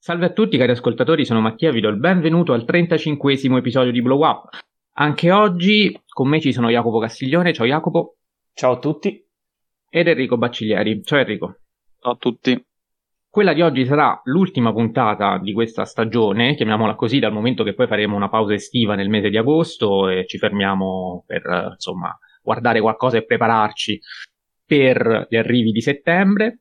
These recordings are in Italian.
Salve a tutti cari ascoltatori, sono Mattia, vi do il benvenuto al 35esimo episodio di Blow Up. Anche oggi con me ci sono Jacopo Castiglione, ciao Jacopo, Ciao a tutti. ed Enrico Bacciglieri, ciao Enrico. Ciao a tutti. Quella di oggi sarà l'ultima puntata di questa stagione, chiamiamola così, dal momento che poi faremo una pausa estiva nel mese di agosto e ci fermiamo per, guardare qualcosa e prepararci per gli arrivi di settembre.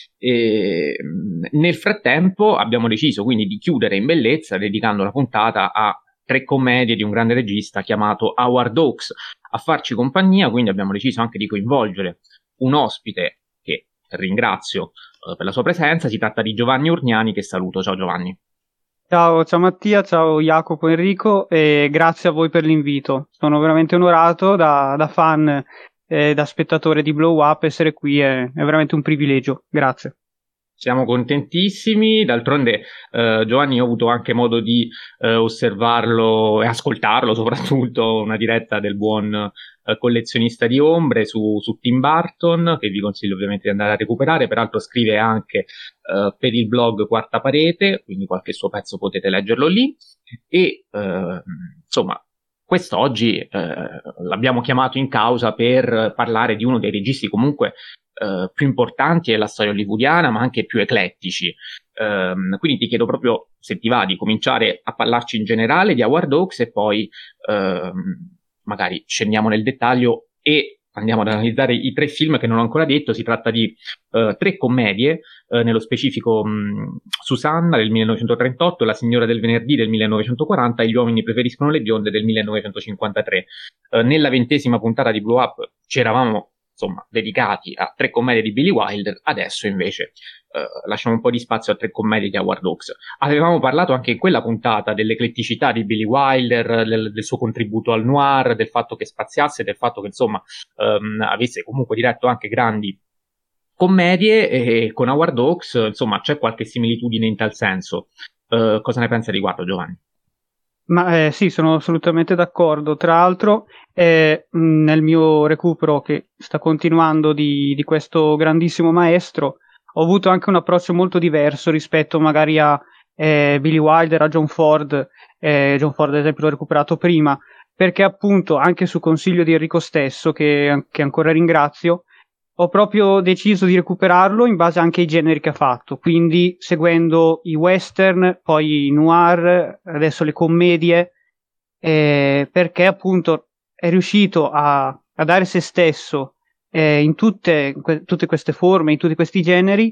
E nel frattempo abbiamo deciso quindi di chiudere in bellezza dedicando la puntata a 3 commedie di un grande regista chiamato Howard Hawks a farci compagnia, quindi abbiamo deciso anche di coinvolgere un ospite che ringrazio per la sua presenza. Si tratta di Giovanni Urgnani, che saluto. Ciao Giovanni. Ciao Mattia, ciao Jacopo, Enrico, e grazie a voi per l'invito. Sono veramente onorato da fan e da spettatore di Blow Up. Essere qui è veramente un privilegio. Grazie. Siamo contentissimi, d'altronde Giovanni, ho avuto anche modo di osservarlo e ascoltarlo, soprattutto una diretta del buon collezionista di ombre su Tim Burton, che vi consiglio ovviamente di andare a recuperare. Peraltro scrive anche per il blog Quarta Parete, quindi qualche suo pezzo potete leggerlo lì. E insomma, quest'oggi l'abbiamo chiamato in causa per parlare di uno dei registi comunque più importanti della storia hollywoodiana, ma anche più eclettici. Quindi ti chiedo proprio se ti va di cominciare a parlarci in generale di Howard Hawks e poi magari scendiamo nel dettaglio e andiamo ad analizzare i 3 film che non ho ancora detto. Si tratta di 3 commedie, nello specifico Susanna del 1938, La signora del venerdì del 1940 e Gli uomini preferiscono le bionde del 1953. Nella 20ª puntata di Blow Up ci eravamo dedicati a 3 commedie di Billy Wilder. Adesso invece lasciamo un po' di spazio a 3 commedie di Howard Hawks. Avevamo parlato anche in quella puntata dell'ecletticità di Billy Wilder, del suo contributo al noir, del fatto che spaziasse, del fatto che avesse comunque diretto anche grandi commedie, e con Howard Hawks c'è qualche similitudine in tal senso. Cosa ne pensi a riguardo, Giovanni? Sì, sono assolutamente d'accordo. Tra l'altro, nel mio recupero che sta continuando di questo grandissimo maestro, ho avuto anche un approccio molto diverso rispetto magari a Billy Wilder, a John Ford. John Ford, ad esempio, l'ho recuperato prima, perché appunto, anche su consiglio di Enrico stesso, che ancora ringrazio, ho proprio deciso di recuperarlo in base anche ai generi che ha fatto, quindi seguendo i western, poi i noir, adesso le commedie, perché appunto è riuscito a dare se stesso in tutte queste forme, in tutti questi generi,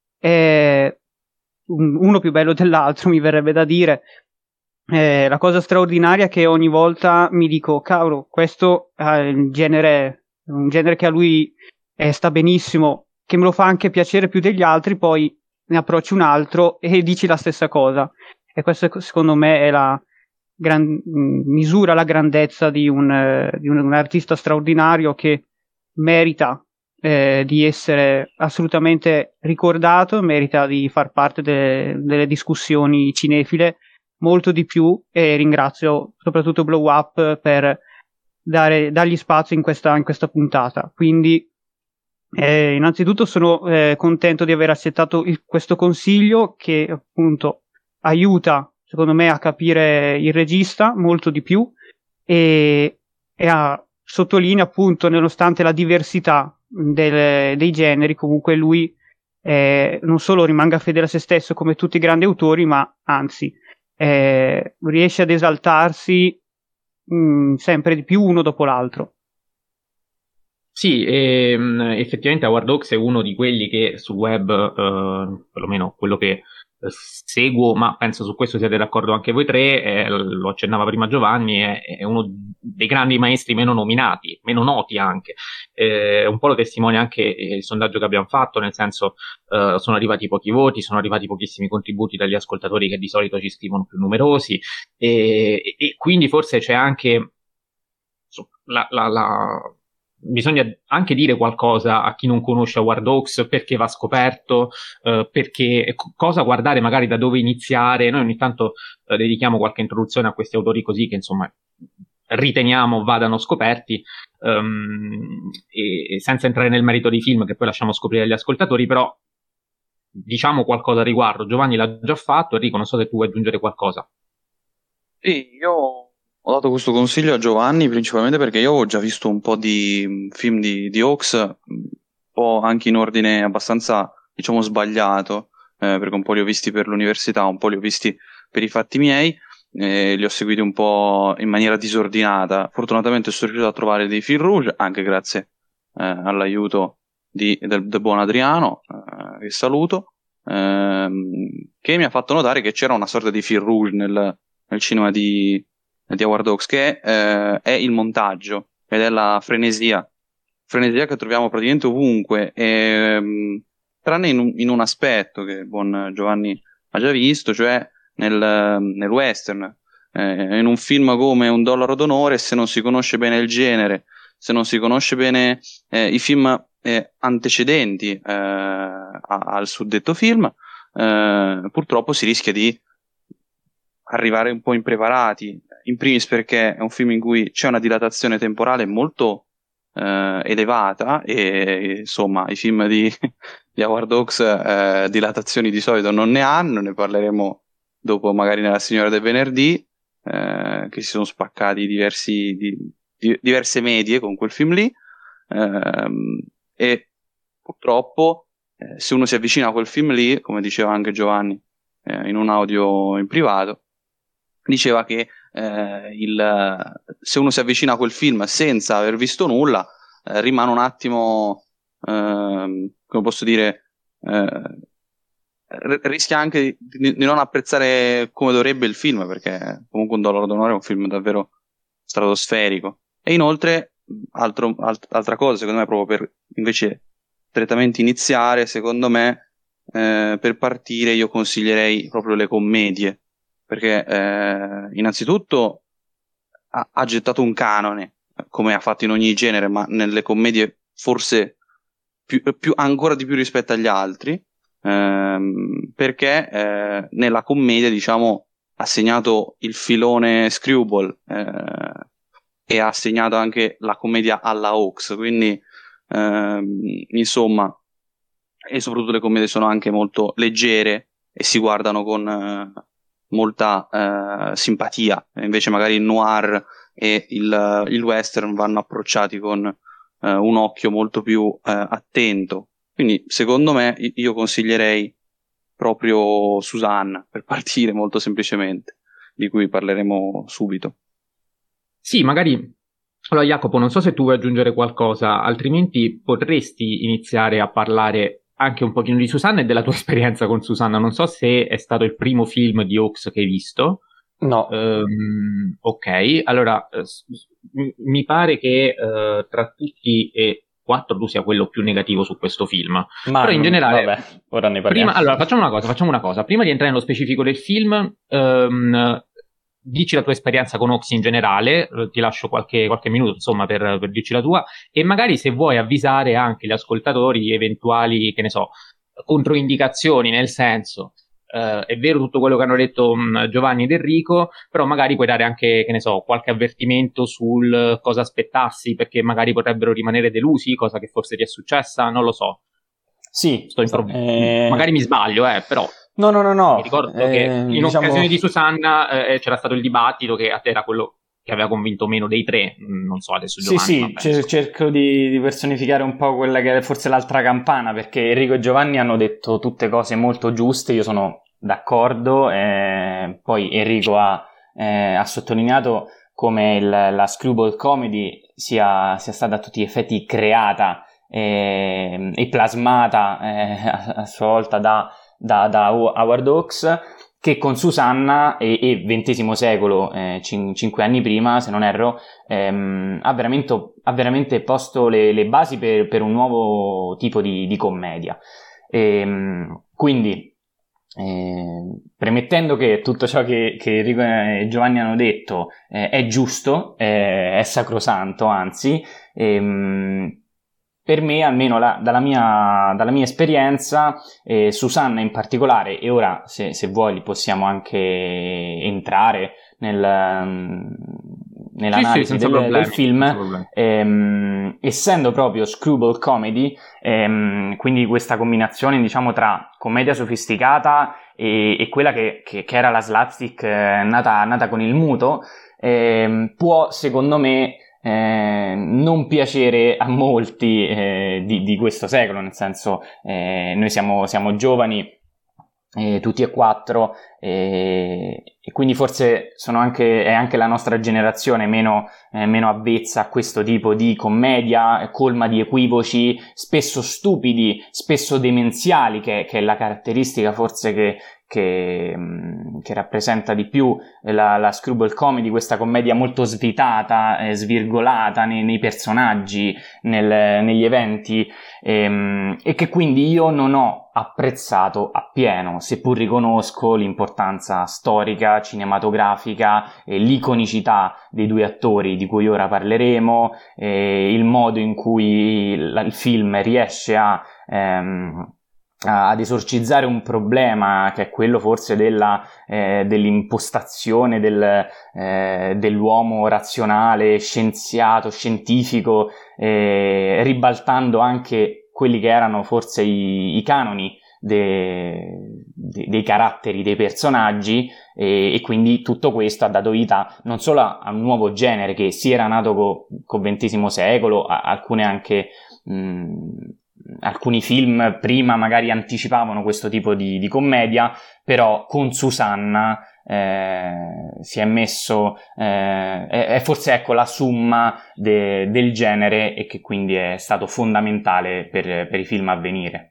uno più bello dell'altro, mi verrebbe da dire. La cosa straordinaria è che ogni volta mi dico, cavolo, questo è un genere che a lui sta benissimo, che me lo fa anche piacere più degli altri, poi ne approcci un altro e dici la stessa cosa. E questo secondo me è la misura la grandezza di un artista straordinario che merita di essere assolutamente ricordato, merita di far parte delle discussioni cinefile molto di più, e ringrazio soprattutto Blow Up per dargli spazio in questa puntata. Quindi innanzitutto sono contento di aver accettato questo consiglio, che appunto aiuta secondo me a capire il regista molto di più e sottolinea appunto, nonostante la diversità dei generi, comunque lui non solo rimanga fedele a se stesso come tutti i grandi autori, ma anzi riesce ad esaltarsi sempre di più uno dopo l'altro. Sì, effettivamente Howard Hawks è uno di quelli che sul web, perlomeno quello che seguo, ma penso su questo siete d'accordo anche voi 3, lo accennava prima Giovanni, è uno dei grandi maestri meno nominati, meno noti anche. Un po' lo testimonia anche il sondaggio che abbiamo fatto, nel senso sono arrivati pochi voti, sono arrivati pochissimi contributi dagli ascoltatori, che di solito ci scrivono più numerosi, e quindi forse c'è anche bisogna anche dire qualcosa a chi non conosce Howard Hawks, perché va scoperto, perché cosa guardare, magari da dove iniziare. Noi ogni tanto dedichiamo qualche introduzione a questi autori così, che riteniamo vadano scoperti, e senza entrare nel merito dei film, che poi lasciamo scoprire agli ascoltatori. Però diciamo qualcosa a riguardo. Giovanni l'ha già fatto, Enrico, non so se tu vuoi aggiungere qualcosa. Sì, io ho dato questo consiglio a Giovanni principalmente perché io ho già visto un po' di film di Hawks, un po' anche in ordine abbastanza, diciamo, sbagliato, perché un po' li ho visti per l'università, un po' li ho visti per i fatti miei, li ho seguiti un po' in maniera disordinata. Fortunatamente sono riuscito a trovare dei fil rouge, anche grazie all'aiuto del buon Adriano, che saluto, che mi ha fatto notare che c'era una sorta di fil rouge nel cinema di Howard Hawks, che è il montaggio ed è la frenesia che troviamo praticamente ovunque, tranne in un aspetto che il buon Giovanni ha già visto, cioè nel western. In un film come Un dollaro d'onore, se non si conosce bene il genere, se non si conosce bene i film antecedenti al suddetto film, purtroppo si rischia di arrivare un po' impreparati, in primis perché è un film in cui c'è una dilatazione temporale molto elevata e insomma i film di Howard Hawks dilatazioni di solito non ne hanno, ne parleremo dopo magari nella Signora del Venerdì, che si sono spaccati diverse medie con quel film lì, e purtroppo se uno si avvicina a quel film lì, come diceva anche Giovanni in un audio in privato, diceva che se uno si avvicina a quel film senza aver visto nulla, rimane un attimo, come posso dire, rischia anche di non apprezzare come dovrebbe il film, perché comunque Un dollaro d'onore è un film davvero stratosferico. E inoltre, altra cosa, secondo me, proprio per invece direttamente iniziare, secondo me, per partire io consiglierei proprio le commedie, perché innanzitutto ha gettato un canone, come ha fatto in ogni genere, ma nelle commedie forse ancora di più rispetto agli altri, perché nella commedia, diciamo, ha segnato il filone Screwball, e ha segnato anche la commedia alla Hawks, quindi insomma, e soprattutto le commedie sono anche molto leggere e si guardano con molta simpatia. Invece magari il noir e il western vanno approcciati con un occhio molto più attento. Quindi secondo me io consiglierei proprio Susanna per partire, molto semplicemente, di cui parleremo subito. Sì, magari. Allora, Jacopo, non so se tu vuoi aggiungere qualcosa, altrimenti potresti iniziare a parlare anche un pochino di Susanna e della tua esperienza con Susanna. Non so se è stato il primo film di Hawks che hai visto. No. Ok, allora mi pare che tra tutti e quattro tu sia quello più negativo su questo film. Però in generale, vabbè, ora ne parliamo. Allora, facciamo una cosa. Prima di entrare nello specifico del film, dici la tua esperienza con Hawks in generale, ti lascio qualche minuto insomma per dirci la tua, e magari se vuoi avvisare anche gli ascoltatori di eventuali, che ne so, controindicazioni, nel senso, è vero tutto quello che hanno detto Giovanni ed Enrico, però magari puoi dare anche, che ne so, qualche avvertimento sul cosa aspettarsi, perché magari potrebbero rimanere delusi, cosa che forse ti è successa, non lo so. Sì, magari mi sbaglio, però no. mi ricordo che in occasione di Susanna c'era stato il dibattito che a te era quello che aveva convinto meno dei tre, non so adesso Giovanni. Sì, cerco di personificare un po' quella che è forse l'altra campana, perché Enrico e Giovanni hanno detto tutte cose molto giuste, io sono d'accordo, poi Enrico ha sottolineato come la screwball comedy sia stata a tutti gli effetti creata e plasmata a sua volta da Howard Hawks, che con Susanna e XX secolo, 5 anni prima, se non erro, ha veramente posto le basi per un nuovo tipo di commedia. Quindi, premettendo che tutto ciò che Enrico e Giovanni hanno detto è giusto, è sacrosanto, anzi, per me, almeno dalla mia esperienza, Susanna in particolare, e ora se vuoi possiamo anche entrare nell'analisi del film, essendo proprio screwball comedy, quindi questa combinazione diciamo tra commedia sofisticata e quella che era la slapstick nata con il muto, può secondo me non piacere a molti di questo secolo, nel senso noi siamo giovani tutti e quattro, e quindi forse è anche la nostra generazione meno avvezza a questo tipo di commedia colma di equivoci, spesso stupidi, spesso demenziali, che è la caratteristica forse che rappresenta di più la screwball comedy, questa commedia molto svitata, svirgolata nei personaggi, negli eventi, e che quindi io non ho apprezzato appieno, seppur riconosco l'importanza storica, cinematografica e l'iconicità dei due attori di cui ora parleremo, il modo in cui il film riesce ad esorcizzare un problema che è quello forse dell'impostazione dell'uomo razionale, scienziato, scientifico, ribaltando anche quelli che erano forse i canoni dei caratteri dei personaggi, e quindi tutto questo ha dato vita non solo a un nuovo genere che si era nato col XX secolo, alcune anche alcuni film prima magari anticipavano questo tipo di commedia, però con Susanna si è messo è forse ecco la summa del genere, e che quindi è stato fondamentale per i film a venire.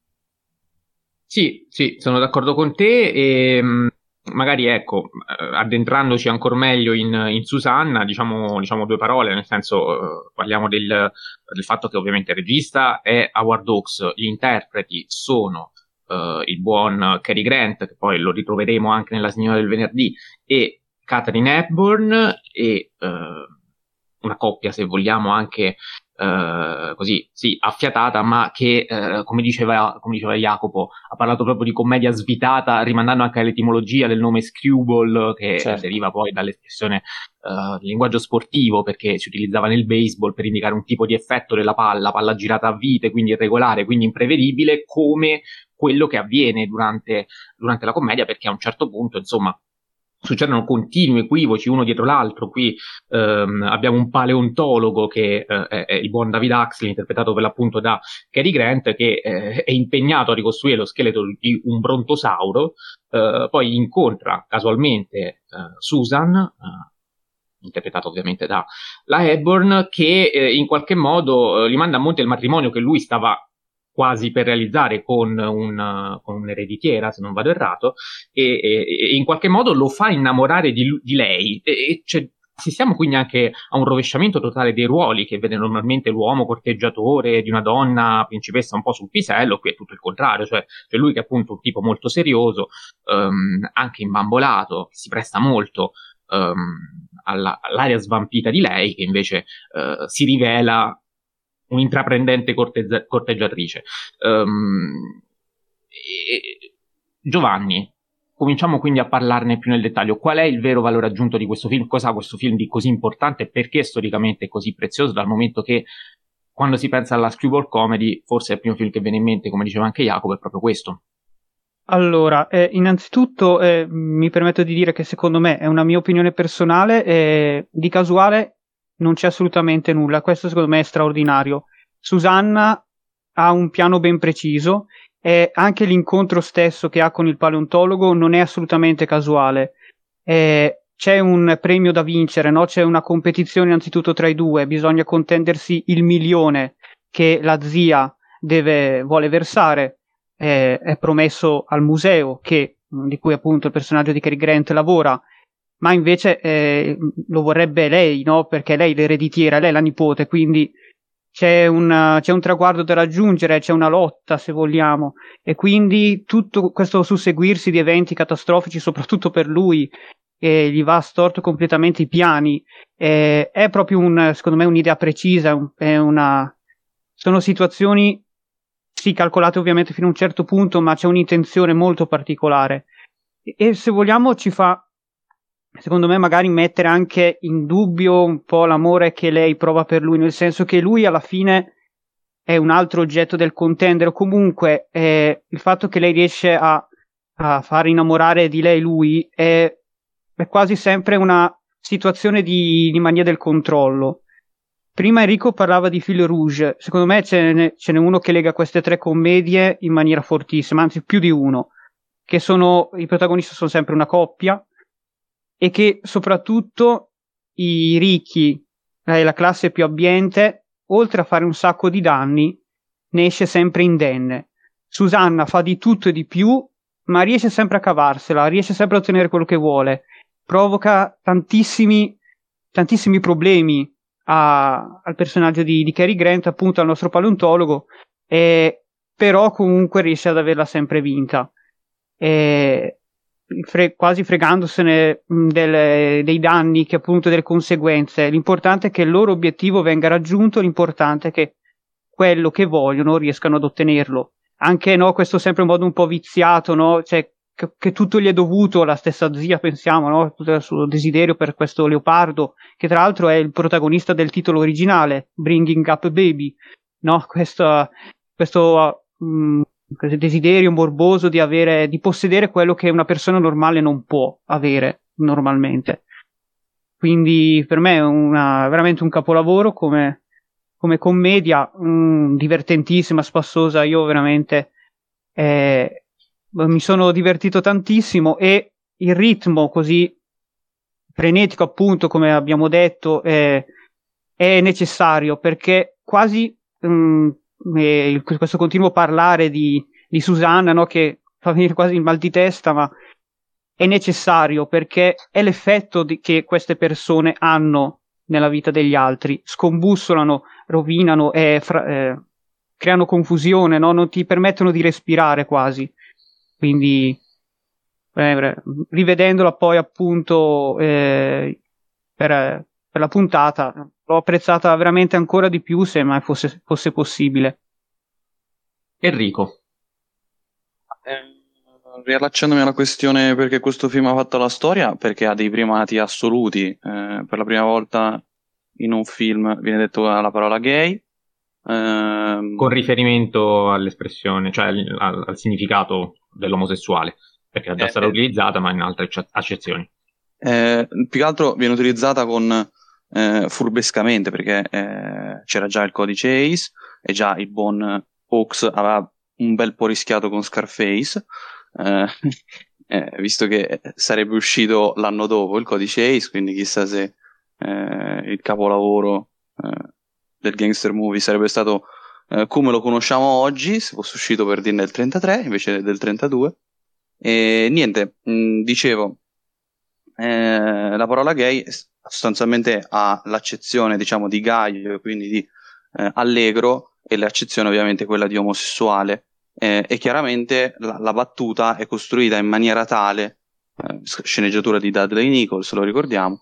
Sì, sono d'accordo con te, e magari ecco, addentrandoci ancora meglio in Susanna, diciamo due parole, nel senso parliamo del fatto che ovviamente il regista è Howard Hawks, gli interpreti sono il buon Cary Grant, che poi lo ritroveremo anche nella Signora del Venerdì, e Katharine Hepburn, e una coppia, se vogliamo, anche così, sì, affiatata, ma che come diceva Jacopo, ha parlato proprio di commedia svitata, rimandando anche all'etimologia del nome screwball, che deriva poi dall'espressione linguaggio sportivo, perché si utilizzava nel baseball per indicare un tipo di effetto della palla girata a vite, quindi irregolare, quindi imprevedibile, come quello che avviene durante la commedia, perché a un certo punto, insomma, succedono continui equivoci uno dietro l'altro. Qui abbiamo un paleontologo che è il buon David Huxley, interpretato per l'appunto da Cary Grant, che è impegnato a ricostruire lo scheletro di un brontosauro, poi incontra casualmente Susan, interpretato ovviamente da la Hepburn, che in qualche modo gli manda a monte il matrimonio che lui stava quasi per realizzare con un'ereditiera, se non vado errato, e in qualche modo lo fa innamorare di lei, e assistiamo quindi anche a un rovesciamento totale dei ruoli, che vede normalmente l'uomo corteggiatore di una donna principessa un po' sul pisello. Qui è tutto il contrario, cioè lui che è appunto un tipo molto serioso, anche imbambolato, che si presta molto all'aria svampita di lei, che invece si rivela un'intraprendente corteggiatrice. Giovanni, cominciamo quindi a parlarne più nel dettaglio. Qual è il vero valore aggiunto di questo film? Cosa ha questo film di così importante? Perché storicamente è così prezioso? Dal momento che, quando si pensa alla screwball comedy, forse è il primo film che viene in mente, come diceva anche Jacopo, è proprio questo. Allora, innanzitutto mi permetto di dire che secondo me è una mia opinione personale, di casuale non c'è assolutamente nulla. Questo secondo me è straordinario. Susanna ha un piano ben preciso, e anche l'incontro stesso che ha con il paleontologo non è assolutamente casuale. C'è un premio da vincere, no? C'è una competizione innanzitutto tra i due, bisogna contendersi il 1 milione che la zia vuole versare, è promesso al museo di cui appunto il personaggio di Cary Grant lavora, ma invece lo vorrebbe lei, no? Perché lei è l'ereditiera, lei è la nipote, quindi c'è un traguardo da raggiungere, c'è una lotta, se vogliamo, e quindi tutto questo susseguirsi di eventi catastrofici, soprattutto per lui, gli va storto completamente i piani. È proprio secondo me un'idea precisa, sono situazioni sì calcolate ovviamente fino a un certo punto, ma c'è un'intenzione molto particolare, e se vogliamo ci fa secondo me magari mettere anche in dubbio un po' l'amore che lei prova per lui, nel senso che lui alla fine è un altro oggetto del contendere, o comunque il fatto che lei riesce a far innamorare di lei lui è quasi sempre una situazione di mania del controllo. Prima Enrico parlava di Fil Rouge, secondo me ce n'è uno che lega queste tre commedie in maniera fortissima, anzi più di uno, che i protagonisti sono sempre una coppia e che soprattutto i ricchi, la classe più abbiente, oltre a fare un sacco di danni, ne esce sempre indenne. Susanna fa di tutto e di più, ma riesce sempre a cavarsela, riesce sempre a ottenere quello che vuole, provoca tantissimi problemi al personaggio di Cary Grant, appunto al nostro paleontologo, però comunque riesce ad averla sempre vinta, quasi fregandosene dei danni, che appunto delle conseguenze. L'importante è che il loro obiettivo venga raggiunto, l'importante è che quello che vogliono riescano ad ottenerlo. Anche questo sempre in modo un po' viziato, no? Cioè, che tutto gli è dovuto, la stessa zia, pensiamo, no? Tutto il suo desiderio per questo leopardo, che tra l'altro è il protagonista del titolo originale, Bringing Up Baby, no? Questo desiderio morboso di possedere quello che una persona normale non può avere normalmente. Quindi per me è veramente un capolavoro come commedia, divertentissima, spassosa. Io veramente mi sono divertito tantissimo, e il ritmo così frenetico, appunto, come abbiamo detto, è necessario, perché quasi questo continuo parlare di Susanna, no, che fa venire quasi il mal di testa, ma è necessario perché è l'effetto che queste persone hanno nella vita degli altri, scombussolano, rovinano e creano confusione, no? Non ti permettono di respirare quasi. Quindi rivedendola poi appunto per la puntata, l'ho apprezzata veramente ancora di più, se mai fosse possibile. Enrico. Riallacciandomi alla questione perché questo film ha fatto la storia, perché ha dei primati assoluti. Per la prima volta in un film viene detto la parola gay, con riferimento all'espressione, cioè al significato dell'omosessuale, perché è già stata utilizzata, ma in altre accezioni. Più che altro viene utilizzata con furbescamente, perché c'era già il codice ACE e già il buon Hawks aveva un bel po' rischiato con Scarface, visto che sarebbe uscito l'anno dopo il codice ACE, quindi chissà se il capolavoro del gangster movie sarebbe stato come lo conosciamo oggi, se fosse uscito per dire nel 33 invece del 32. E niente, dicevo, la parola gay sostanzialmente ha l'accezione, diciamo, di Gaio, quindi di allegro, e l'accezione ovviamente quella di omosessuale, e chiaramente la battuta è costruita in maniera tale, sceneggiatura di Dudley Nichols, lo ricordiamo,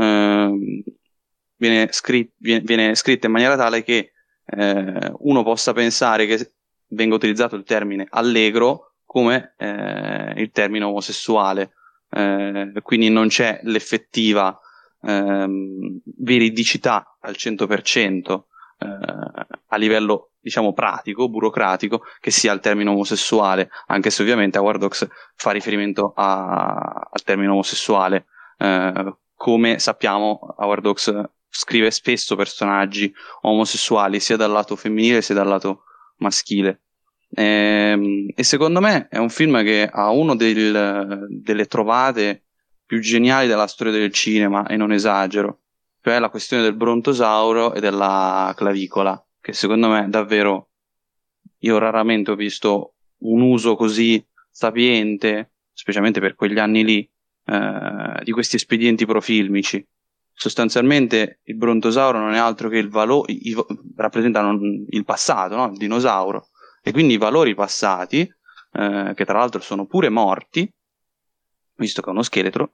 viene scritta in maniera tale che uno possa pensare che venga utilizzato il termine allegro come il termine omosessuale, quindi non c'è l'effettiva veridicità al 100% a livello, diciamo, pratico, burocratico, che sia il termine omosessuale, anche se ovviamente Howard Hawks fa riferimento al termine omosessuale. Come sappiamo, Howard Hawks scrive spesso personaggi omosessuali sia dal lato femminile sia dal lato maschile, e secondo me è un film che ha uno delle trovate più geniali della storia del cinema, e non esagero, cioè la questione del brontosauro e della clavicola, che secondo me davvero, io raramente ho visto un uso così sapiente, specialmente per quegli anni lì, di questi espedienti profilmici. Sostanzialmente il brontosauro non è altro che il valore, rappresentano il passato, no? Il dinosauro, e quindi i valori passati, che tra l'altro sono pure morti, visto che è uno scheletro,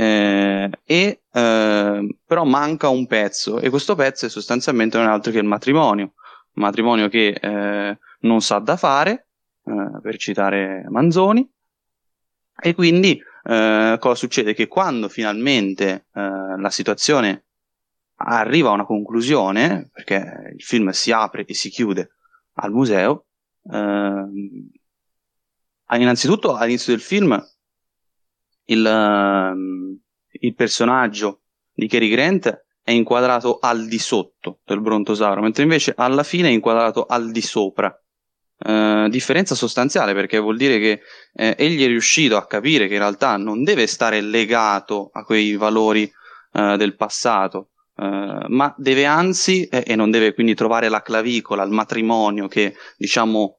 però manca un pezzo, e questo pezzo è sostanzialmente non è altro che il matrimonio che non sa da fare, per citare Manzoni, e quindi cosa succede? Che quando finalmente la situazione arriva a una conclusione, perché il film si apre e si chiude al museo, innanzitutto all'inizio del film il personaggio di Cary Grant è inquadrato al di sotto del brontosauro, mentre invece alla fine è inquadrato al di sopra. Differenza sostanziale, perché vuol dire che egli è riuscito a capire che in realtà non deve stare legato a quei valori del passato, ma deve anzi, e non deve quindi trovare la clavicola, il matrimonio che diciamo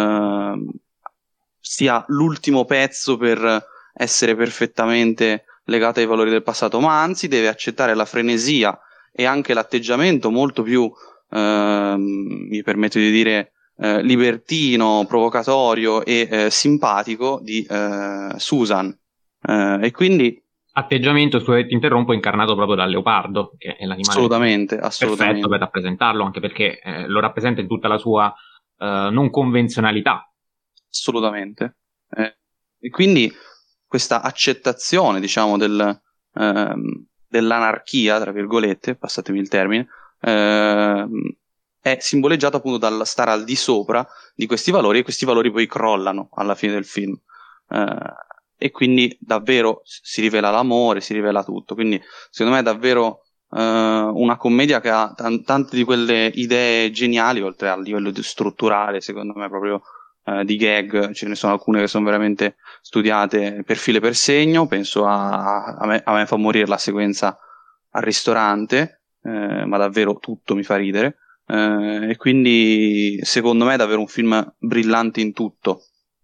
sia l'ultimo pezzo per essere perfettamente legato ai valori del passato, ma anzi deve accettare la frenesia e anche l'atteggiamento molto più, mi permetto di dire, libertino, provocatorio e simpatico di Susan. E quindi atteggiamento, scusa ti interrompo, incarnato proprio dal leopardo, che è l'animale assolutamente perfetto per rappresentarlo, anche perché lo rappresenta in tutta la sua non convenzionalità. Assolutamente. E quindi questa accettazione, diciamo, dell'anarchia, tra virgolette, passatemi il termine, è simboleggiato appunto dal stare al di sopra di questi valori, e questi valori poi crollano alla fine del film. E quindi davvero si rivela l'amore, si rivela tutto. Quindi secondo me è davvero una commedia che ha tante di quelle idee geniali, oltre al livello strutturale, secondo me proprio di gag. Ce ne sono alcune che sono veramente studiate per filo e per segno. Penso a me fa morire la sequenza al ristorante, ma davvero tutto mi fa ridere. E quindi secondo me è davvero un film brillante in tutto,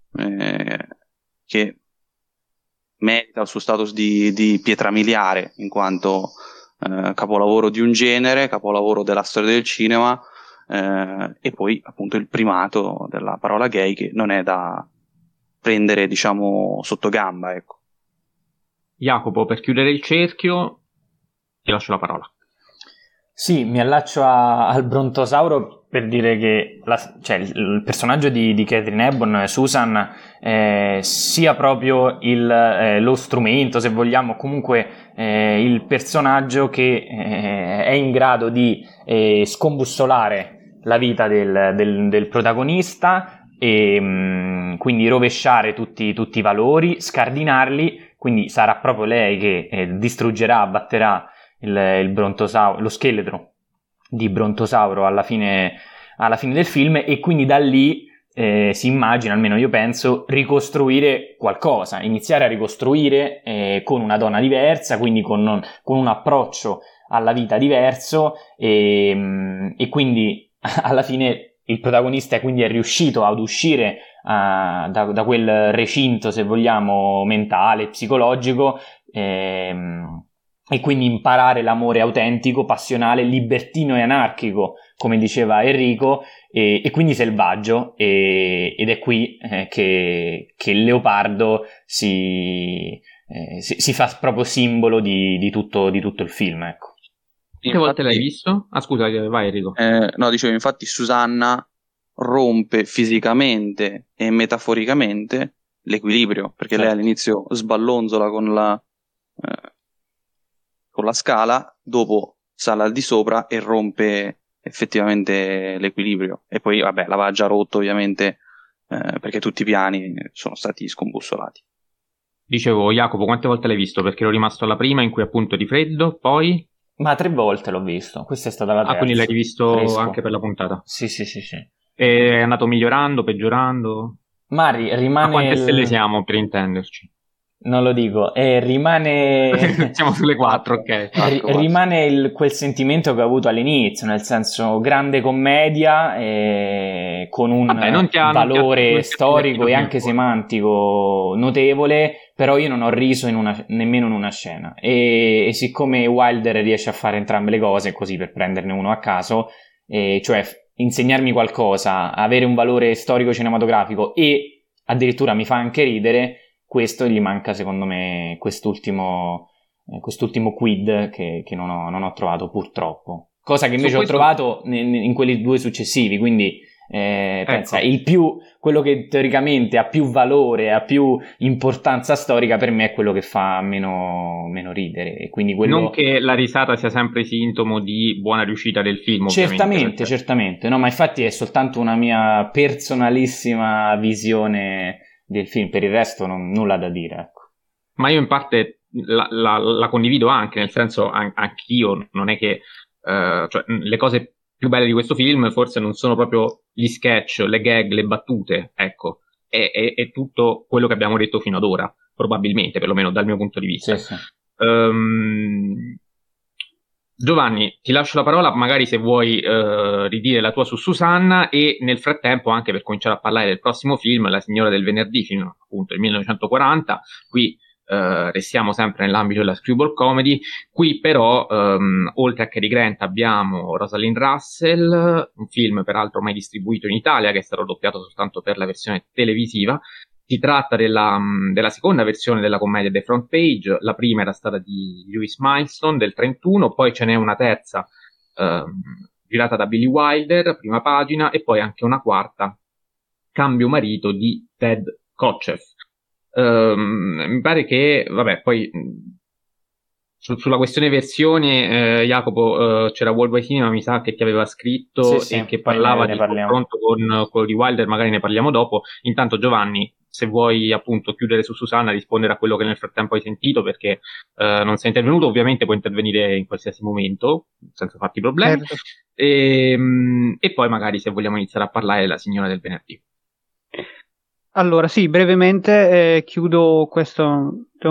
che merita il suo status di pietra miliare, in quanto capolavoro di un genere, capolavoro della storia del cinema, e poi appunto il primato della parola gay, che non è da prendere, diciamo, sotto gamba, ecco. Jacopo, per chiudere il cerchio ti lascio la parola. Sì, mi allaccio al brontosauro per dire che il personaggio di Katharine Hepburn, Susan, sia proprio lo strumento, se vogliamo, comunque il personaggio che è in grado di scombussolare la vita del protagonista e quindi rovesciare tutti i valori, scardinarli, quindi sarà proprio lei che distruggerà, abbatterà il brontosauro, lo scheletro di brontosauro alla fine del film, e quindi da lì si immagina, almeno io penso, ricostruire qualcosa, iniziare a ricostruire con una donna diversa, quindi con un approccio alla vita diverso, e quindi alla fine il protagonista quindi è riuscito ad uscire da quel recinto, se vogliamo, mentale, psicologico, e quindi imparare l'amore autentico, passionale, libertino e anarchico, come diceva Enrico, e quindi selvaggio, ed è qui che il leopardo si fa proprio simbolo di tutto il film, ecco. Che volte l'hai visto? Ah, scusa, vai Enrico. No, dicevo, infatti Susanna rompe fisicamente e metaforicamente l'equilibrio, perché lei all'inizio sballonzola con la scala, dopo sale al di sopra e rompe effettivamente l'equilibrio, e poi vabbè l'aveva già rotto ovviamente, perché tutti i piani sono stati scombussolati. Dicevo, Jacopo, quante volte l'hai visto? Perché ero rimasto alla prima, in cui appunto di freddo, poi... Ma 3 volte l'ho visto, questa è stata la terza. Ah, quindi l'hai rivisto fresco. Anche per la puntata? Sì. È andato migliorando, peggiorando? Ma rimane... Ma quante stelle siamo, per intenderci? Non lo dico, rimane... Siamo sulle 4, ok. Rimane quel sentimento che ho avuto all'inizio, nel senso grande commedia, con un valore storico e anche semantico notevole, però io non ho riso nemmeno in una scena, e siccome Wilder riesce a fare entrambe le cose, così per prenderne uno a caso, cioè insegnarmi qualcosa, avere un valore storico cinematografico e addirittura mi fa anche ridere, questo gli manca secondo me quest'ultimo quid che non ho trovato, purtroppo, cosa che invece ho trovato in quelli 2 successivi, quindi Pensa, quello che teoricamente ha più valore, ha più importanza storica, per me è quello che fa meno ridere. E quindi non che la risata sia sempre sintomo di buona riuscita del film, ovviamente. Certamente, no, ma infatti è soltanto una mia personalissima visione del film, per il resto nulla da dire, ecco. Ma io in parte la condivido anche, nel senso anch'io, non è che cioè, le cose più belle di questo film forse non sono proprio gli sketch, le gag, le battute, ecco, è tutto quello che abbiamo detto fino ad ora, probabilmente, perlomeno dal mio punto di vista. Sì. Giovanni, ti lascio la parola, magari se vuoi ridire la tua su Susanna, e nel frattempo anche per cominciare a parlare del prossimo film, La signora del venerdì, film appunto del 1940, qui restiamo sempre nell'ambito della screwball comedy. Qui però oltre a Cary Grant abbiamo Rosalind Russell, un film peraltro mai distribuito in Italia, che è stato doppiato soltanto per la versione televisiva. Si tratta della seconda versione della commedia The Front Page. La prima era stata di Lewis Milestone del 31, poi ce n'è una terza girata da Billy Wilder, prima pagina, e poi anche una quarta, Cambio marito, di Ted Kotcheff. Mi pare che, vabbè, poi sulla questione versioni, Jacopo, c'era Worldwide Cinema, mi sa che ti aveva scritto, sì, e che parlava di confronto con quello di Wilder, magari ne parliamo dopo. Intanto Giovanni, se vuoi appunto chiudere su Susanna, rispondere a quello che nel frattempo hai sentito, perché non sei intervenuto, ovviamente puoi intervenire in qualsiasi momento senza farti problemi. Certo. E poi magari se vogliamo iniziare a parlare della signora del venerdì. Allora, sì, brevemente chiudo questa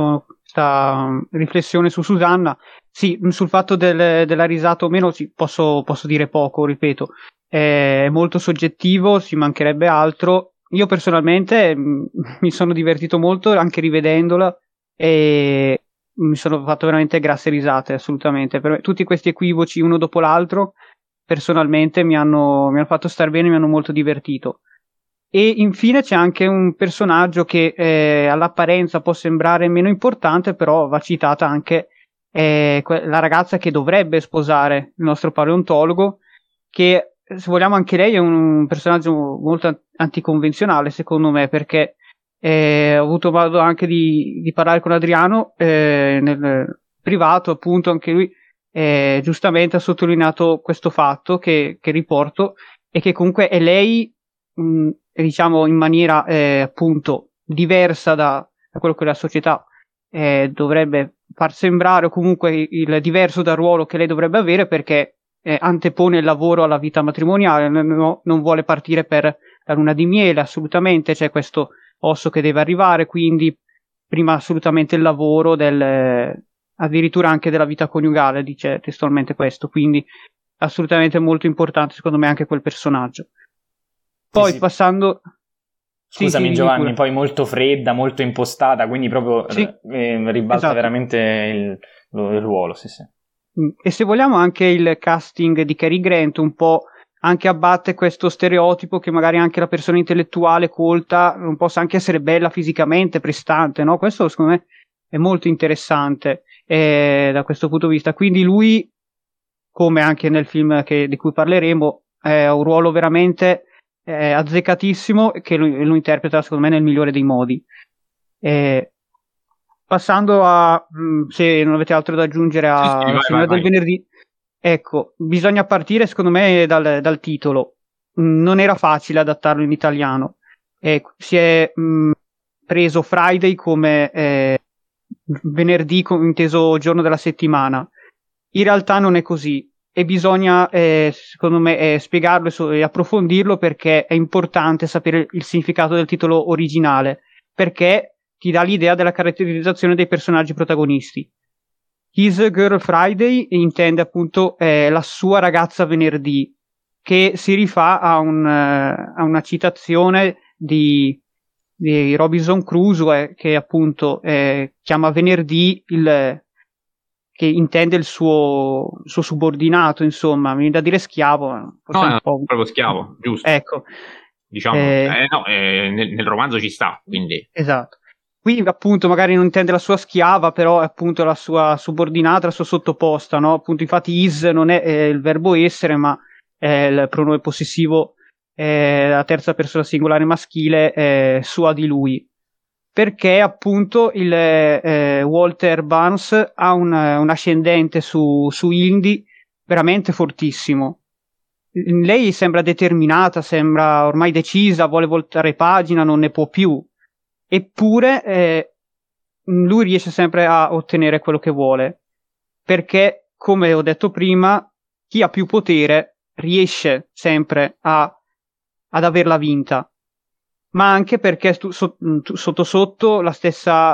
riflessione su Susanna. Sì, sul fatto della risata o meno sì, posso dire poco, ripeto. È molto soggettivo, ci mancherebbe altro. Io personalmente mi sono divertito molto anche rivedendola e mi sono fatto veramente grasse risate, assolutamente. Per me, tutti questi equivoci uno dopo l'altro, personalmente mi hanno fatto star bene, mi hanno molto divertito. E infine c'è anche un personaggio che all'apparenza può sembrare meno importante, però va citata anche la ragazza che dovrebbe sposare il nostro paleontologo, che se vogliamo anche lei è un personaggio molto anticonvenzionale secondo me, perché ho avuto modo anche di parlare con Adriano nel privato, appunto anche lui giustamente ha sottolineato questo fatto che riporto, e che comunque è lei diciamo in maniera appunto diversa da quello che la società dovrebbe far sembrare, o comunque il diverso dal ruolo che lei dovrebbe avere, perché antepone il lavoro alla vita matrimoniale, non vuole partire per la luna di miele, assolutamente, c'è questo osso che deve arrivare, quindi prima assolutamente il lavoro addirittura anche della vita coniugale, dice testualmente questo, quindi assolutamente molto importante secondo me anche quel personaggio. Poi sì. Passando... Scusami sì, Giovanni, poi molto fredda, molto impostata, quindi proprio ribalta esatto. veramente il ruolo, sì. E se vogliamo anche il casting di Cary Grant un po' anche abbatte questo stereotipo che magari anche la persona intellettuale colta non possa anche essere bella fisicamente, prestante, no? Questo secondo me è molto interessante da questo punto di vista. Quindi lui, come anche nel film di cui parleremo, ha un ruolo veramente azzeccatissimo, che lo interpreta secondo me nel migliore dei modi. Passando a se non avete altro da aggiungere a Signora del Venerdì, ecco, bisogna partire secondo me dal titolo. Non era facile adattarlo in italiano, si è preso Friday come venerdì inteso giorno della settimana. In realtà non è così, e bisogna secondo me spiegarlo e approfondirlo, perché è importante sapere il significato del titolo originale, perché ti dà l'idea della caratterizzazione dei personaggi protagonisti. His Girl Friday intende appunto la sua ragazza venerdì, che si rifà a una citazione di Robinson Crusoe, che appunto chiama venerdì che intende il suo subordinato, insomma, mi viene da dire schiavo. Forse no, proprio schiavo, giusto. Ecco. Diciamo, nel romanzo ci sta, quindi. Esatto. Qui appunto magari non intende la sua schiava, però è appunto la sua subordinata, la sua sottoposta, no? Appunto, infatti is non è il verbo essere, ma è il pronome possessivo la terza persona singolare maschile sua di lui, perché appunto il Walter Barnes ha un ascendente su Indy veramente fortissimo. Lei sembra determinata, sembra ormai decisa, vuole voltare pagina, non ne può più. Eppure lui riesce sempre a ottenere quello che vuole, perché, come ho detto prima, chi ha più potere riesce sempre ad averla vinta. Ma anche perché sotto sotto la stessa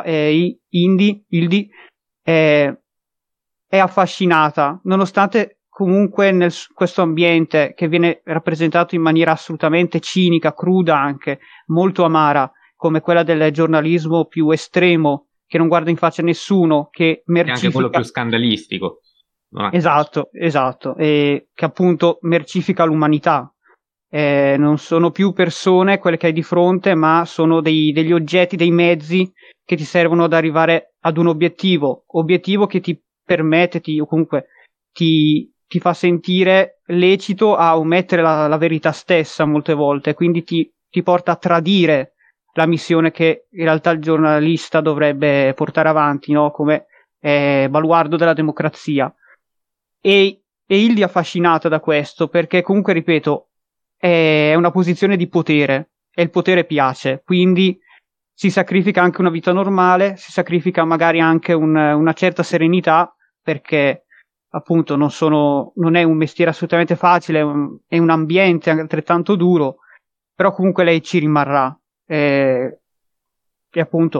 Hildy è affascinata, nonostante comunque questo ambiente che viene rappresentato in maniera assolutamente cinica, cruda anche, molto amara, come quella del giornalismo più estremo, che non guarda in faccia a nessuno, che mercifica... È anche quello più scandalistico. Esatto, e che appunto mercifica l'umanità. Non sono più persone quelle che hai di fronte, ma sono degli oggetti, dei mezzi che ti servono ad arrivare ad un obiettivo che ti permette, o comunque ti fa sentire lecito a omettere la verità stessa molte volte, quindi ti porta a tradire la missione che in realtà il giornalista dovrebbe portare avanti, no? Come baluardo della democrazia. E Hildy è affascinata da questo, perché comunque, ripeto, è una posizione di potere e il potere piace, quindi si sacrifica anche una vita normale, si sacrifica magari anche una certa serenità, perché appunto non è un mestiere assolutamente facile, è un ambiente altrettanto duro, però comunque lei ci rimarrà e appunto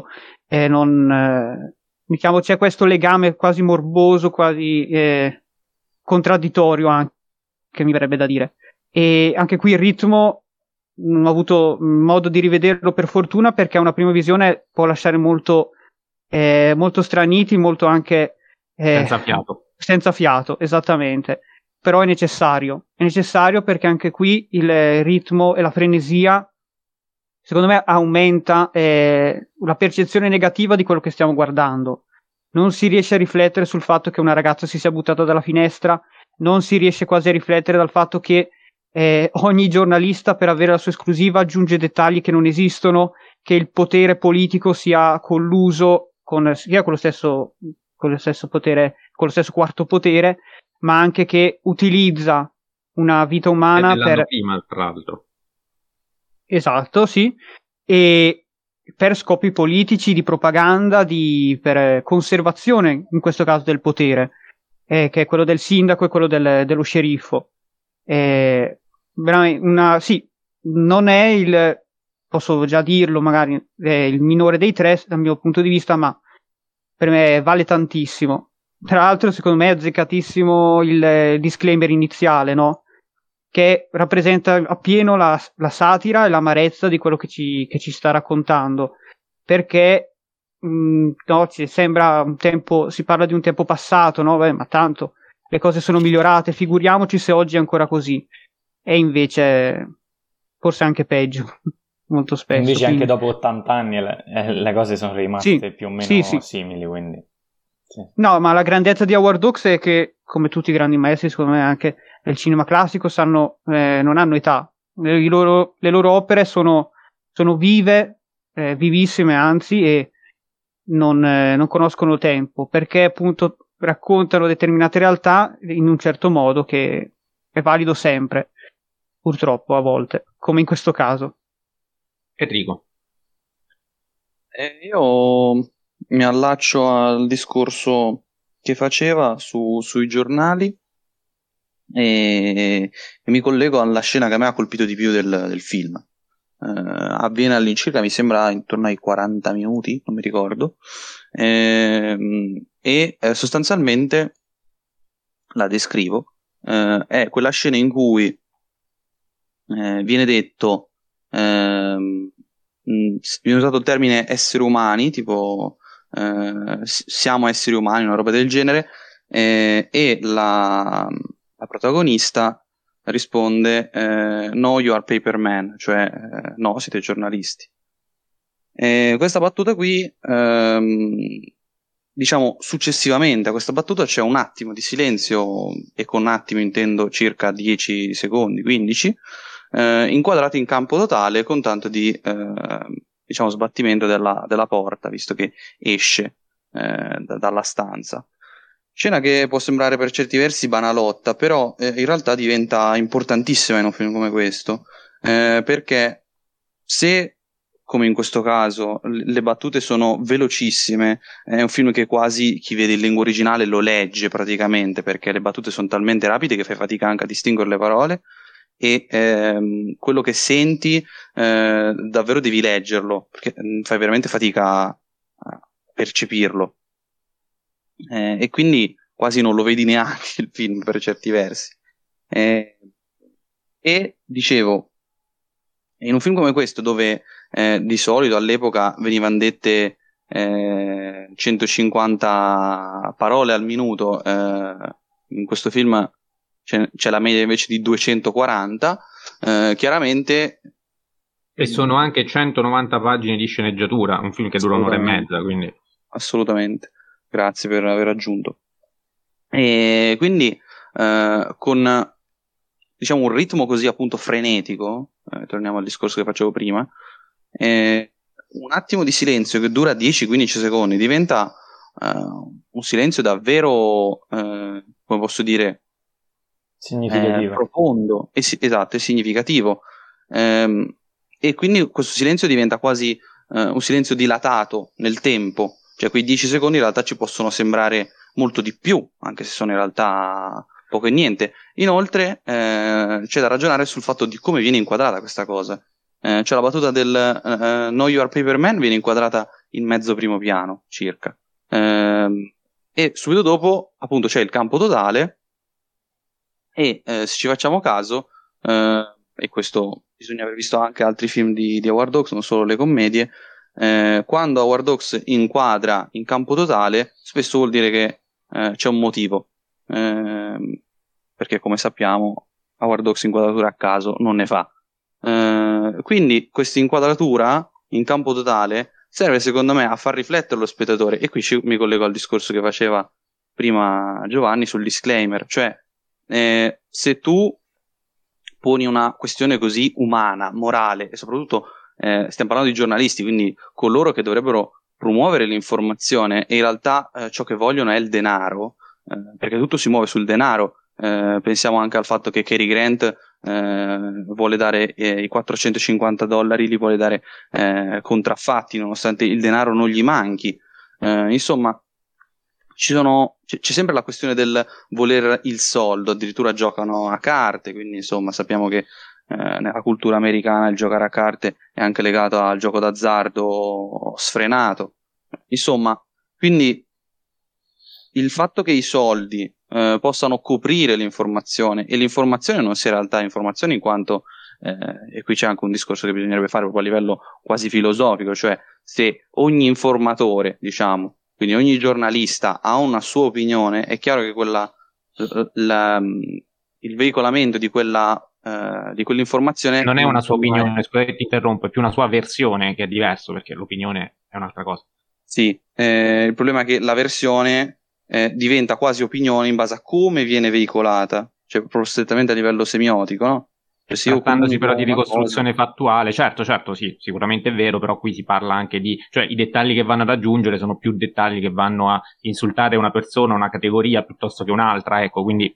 diciamo, c'è questo legame quasi morboso, quasi contraddittorio anche, che mi verrebbe da dire. E anche qui il ritmo non ho avuto modo di rivederlo per fortuna, perché a una prima visione può lasciare molto straniti, molto anche senza fiato, esattamente. Però è necessario perché anche qui il ritmo e la frenesia secondo me aumenta la percezione negativa di quello che stiamo guardando. Non si riesce a riflettere sul fatto che una ragazza si sia buttata dalla finestra, non si riesce quasi a riflettere dal fatto che ogni giornalista, per avere la sua esclusiva, aggiunge dettagli che non esistono, che il potere politico sia colluso sia con lo stesso potere, con lo stesso quarto potere, ma anche che utilizza una vita umana prima, tra l'altro. Esatto, sì, e per scopi politici, di propaganda, per conservazione, in questo caso, del potere, che è quello del sindaco e quello dello sceriffo. Veramente sì, non è posso già dirlo, magari è il minore dei tre dal mio punto di vista, ma per me vale tantissimo. Tra l'altro, secondo me è azzeccatissimo il disclaimer iniziale, no? Che rappresenta appieno la satira e l'amarezza di quello che ci sta raccontando, perché no, ci sembra un tempo, si parla di un tempo passato, no? Beh, ma tanto le cose sono migliorate, figuriamoci se oggi è ancora così, e invece forse anche peggio molto spesso. Invece quindi... anche dopo 80 anni le cose sono rimaste più o meno simili, quindi sì. No, ma la grandezza di Howard Hawks è che, come tutti i grandi maestri, secondo me anche nel cinema classico, non hanno età. Le loro opere sono vive, vivissime anzi, e non conoscono tempo, perché appunto raccontano determinate realtà in un certo modo che è valido sempre, purtroppo a volte, come in questo caso. Enrico. Io mi allaccio al discorso che faceva sui giornali e mi collego alla scena che a me ha colpito di più del film. Avviene all'incirca, mi sembra, intorno ai 40 minuti, non mi ricordo, e sostanzialmente la descrivo. È quella scena in cui viene detto, viene usato il termine esseri umani, tipo siamo esseri umani, una roba del genere, e la protagonista risponde no, you are paperman, cioè no, siete giornalisti. Questa battuta qui, diciamo, successivamente a questa battuta c'è un attimo di silenzio, e con attimo intendo circa 10 secondi, 15, inquadrati in campo totale con tanto di diciamo sbattimento della porta, visto che esce dalla stanza. Scena che può sembrare per certi versi banalotta, però in realtà diventa importantissima in un film come questo, perché se, come in questo caso, le battute sono velocissime, è un film che quasi chi vede in lingua originale lo legge praticamente, perché le battute sono talmente rapide che fai fatica anche a distinguere le parole, e quello che senti davvero devi leggerlo, perché fai veramente fatica a percepirlo. E quindi quasi non lo vedi neanche il film per certi versi. E dicevo, in un film come questo, dove di solito all'epoca venivano dette 150 parole al minuto, in questo film c'è la media invece di 240, chiaramente. E sono anche 190 pagine di sceneggiatura, un film che dura un'ora e mezza, quindi... Assolutamente, grazie per aver aggiunto. E quindi con, diciamo, un ritmo così appunto frenetico, torniamo al discorso che facevo prima, un attimo di silenzio che dura 10-15 secondi diventa un silenzio davvero, come posso dire, significativo, profondo, esatto, e significativo. E quindi questo silenzio diventa quasi un silenzio dilatato nel tempo, cioè quei 10 secondi in realtà ci possono sembrare molto di più, anche se sono in realtà poco e niente. Inoltre c'è da ragionare sul fatto di come viene inquadrata questa cosa. Cioè la battuta del Know Your Paper Man viene inquadrata in mezzo primo piano circa, e subito dopo appunto c'è il campo totale, e se ci facciamo caso, e questo bisogna aver visto anche altri film di Howard Hawks, non solo le commedie, quando Howard Hawks inquadra in campo totale spesso vuol dire che c'è un motivo, perché come sappiamo Howard Hawks inquadratura a caso non ne fa, quindi questa inquadratura in campo totale serve secondo me a far riflettere lo spettatore, e qui mi collego al discorso che faceva prima Giovanni sul disclaimer, cioè se tu poni una questione così umana, morale, e soprattutto stiamo parlando di giornalisti, quindi coloro che dovrebbero promuovere l'informazione, e in realtà ciò che vogliono è il denaro, perché tutto si muove sul denaro. Pensiamo anche al fatto che Cary Grant vuole dare i $450, li vuole dare contraffatti nonostante il denaro non gli manchi. Insomma, c'è sempre la questione del voler il soldo, addirittura giocano a carte, quindi insomma sappiamo che nella cultura americana il giocare a carte è anche legato al gioco d'azzardo sfrenato. Insomma, quindi il fatto che i soldi possano coprire l'informazione, e l'informazione non sia in realtà informazione in quanto, e qui c'è anche un discorso che bisognerebbe fare proprio a livello quasi filosofico, cioè se ogni informatore, diciamo, quindi ogni giornalista ha una sua opinione, è chiaro che il veicolamento di quell'informazione non è una sua opinione, scusate ti interrompo, è più una sua versione, che è diverso, perché l'opinione è un'altra cosa. Sì, il problema è che la versione diventa quasi opinione in base a come viene veicolata, cioè proprio strettamente a livello semiotico, no? Trattandosi però di ricostruzione fattuale, certo, sì, sicuramente è vero, però qui si parla anche di, cioè i dettagli che vanno ad aggiungere sono più dettagli che vanno a insultare una persona, una categoria piuttosto che un'altra, ecco, quindi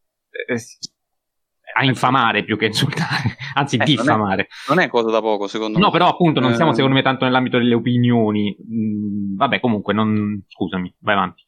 a infamare più che insultare, anzi diffamare. Non è cosa da poco, secondo me. No, però appunto non siamo secondo me tanto nell'ambito delle opinioni. Vabbè, comunque, scusami, vai avanti.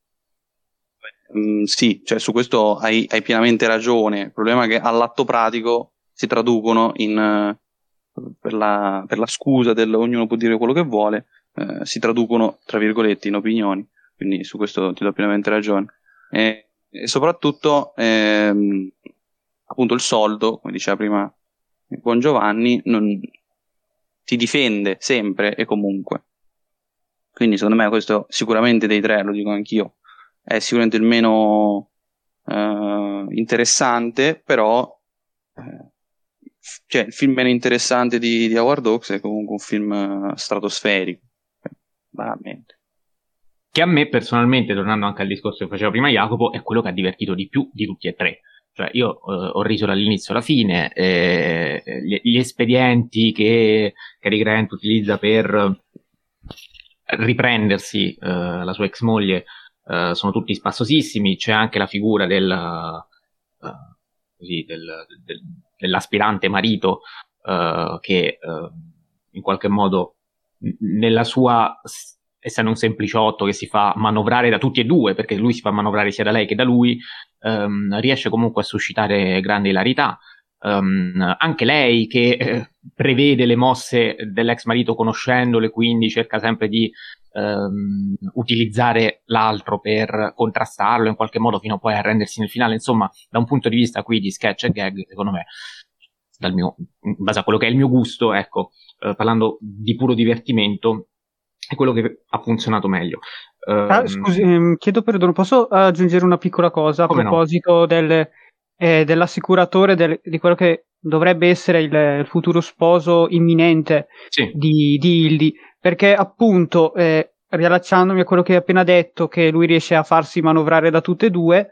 Sì, cioè su questo hai pienamente ragione. Il problema è che all'atto pratico si traducono per la scusa del ognuno può dire quello che vuole, si traducono tra virgolette in opinioni, quindi su questo ti do pienamente ragione, e soprattutto appunto il soldo, come diceva prima il buon Giovanni, non ti difende sempre e comunque, quindi secondo me questo sicuramente dei tre, lo dico anch'io, è sicuramente il meno interessante, però cioè il film meno interessante di Howard Hawks è comunque un film stratosferico, banalmente. Che a me personalmente, tornando anche al discorso che faceva prima Jacopo, è quello che ha divertito di più di tutti e tre. Cioè, io ho riso dall'inizio alla fine, gli espedienti che Cary Grant utilizza per riprendersi la sua ex moglie sono tutti spassosissimi. C'è anche la figura dell'aspirante marito che in qualche modo, nella sua, essendo un sempliciotto che si fa manovrare da tutti e due, perché lui si fa manovrare sia da lei che da lui, riesce comunque a suscitare grande ilarità. Anche lei che prevede le mosse dell'ex marito conoscendole, quindi cerca sempre di utilizzare l'altro per contrastarlo in qualche modo fino a poi a rendersi nel finale. Insomma, da un punto di vista qui di sketch e gag, secondo me, in base a quello che è il mio gusto, ecco, parlando di puro divertimento, è quello che ha funzionato meglio. Scusi, chiedo perdono, posso aggiungere una piccola cosa a proposito dell'assicuratore, di quello che dovrebbe essere il futuro sposo imminente di Hildy, perché appunto, riallacciandomi a quello che hai appena detto, che lui riesce a farsi manovrare da tutte e due,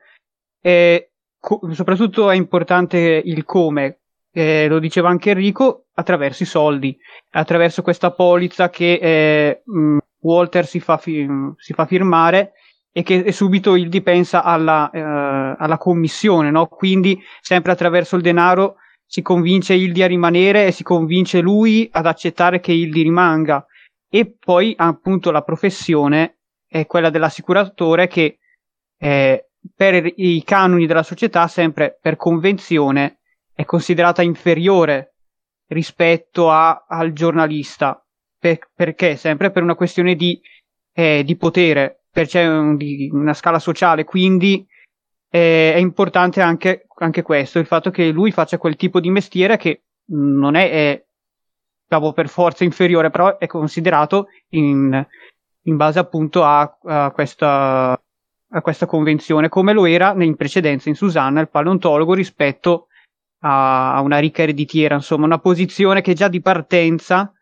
soprattutto è importante il come, lo diceva anche Enrico, attraverso i soldi, attraverso questa polizza che Walter si fa firmare, e che subito Hildy pensa alla commissione, no? Quindi sempre attraverso il denaro si convince Hildy a rimanere e si convince lui ad accettare che Hildy rimanga. E poi appunto la professione è quella dell'assicuratore, che per i canoni della società, sempre per convenzione, è considerata inferiore rispetto al giornalista, perché sempre per una questione di potere, c'è una scala sociale. Quindi è importante anche questo, il fatto che lui faccia quel tipo di mestiere che non è per forza inferiore, però è considerato in base appunto a questa convenzione, come lo era in precedenza in Susanna, il paleontologo, rispetto a una ricca ereditiera, insomma, una posizione che già di partenza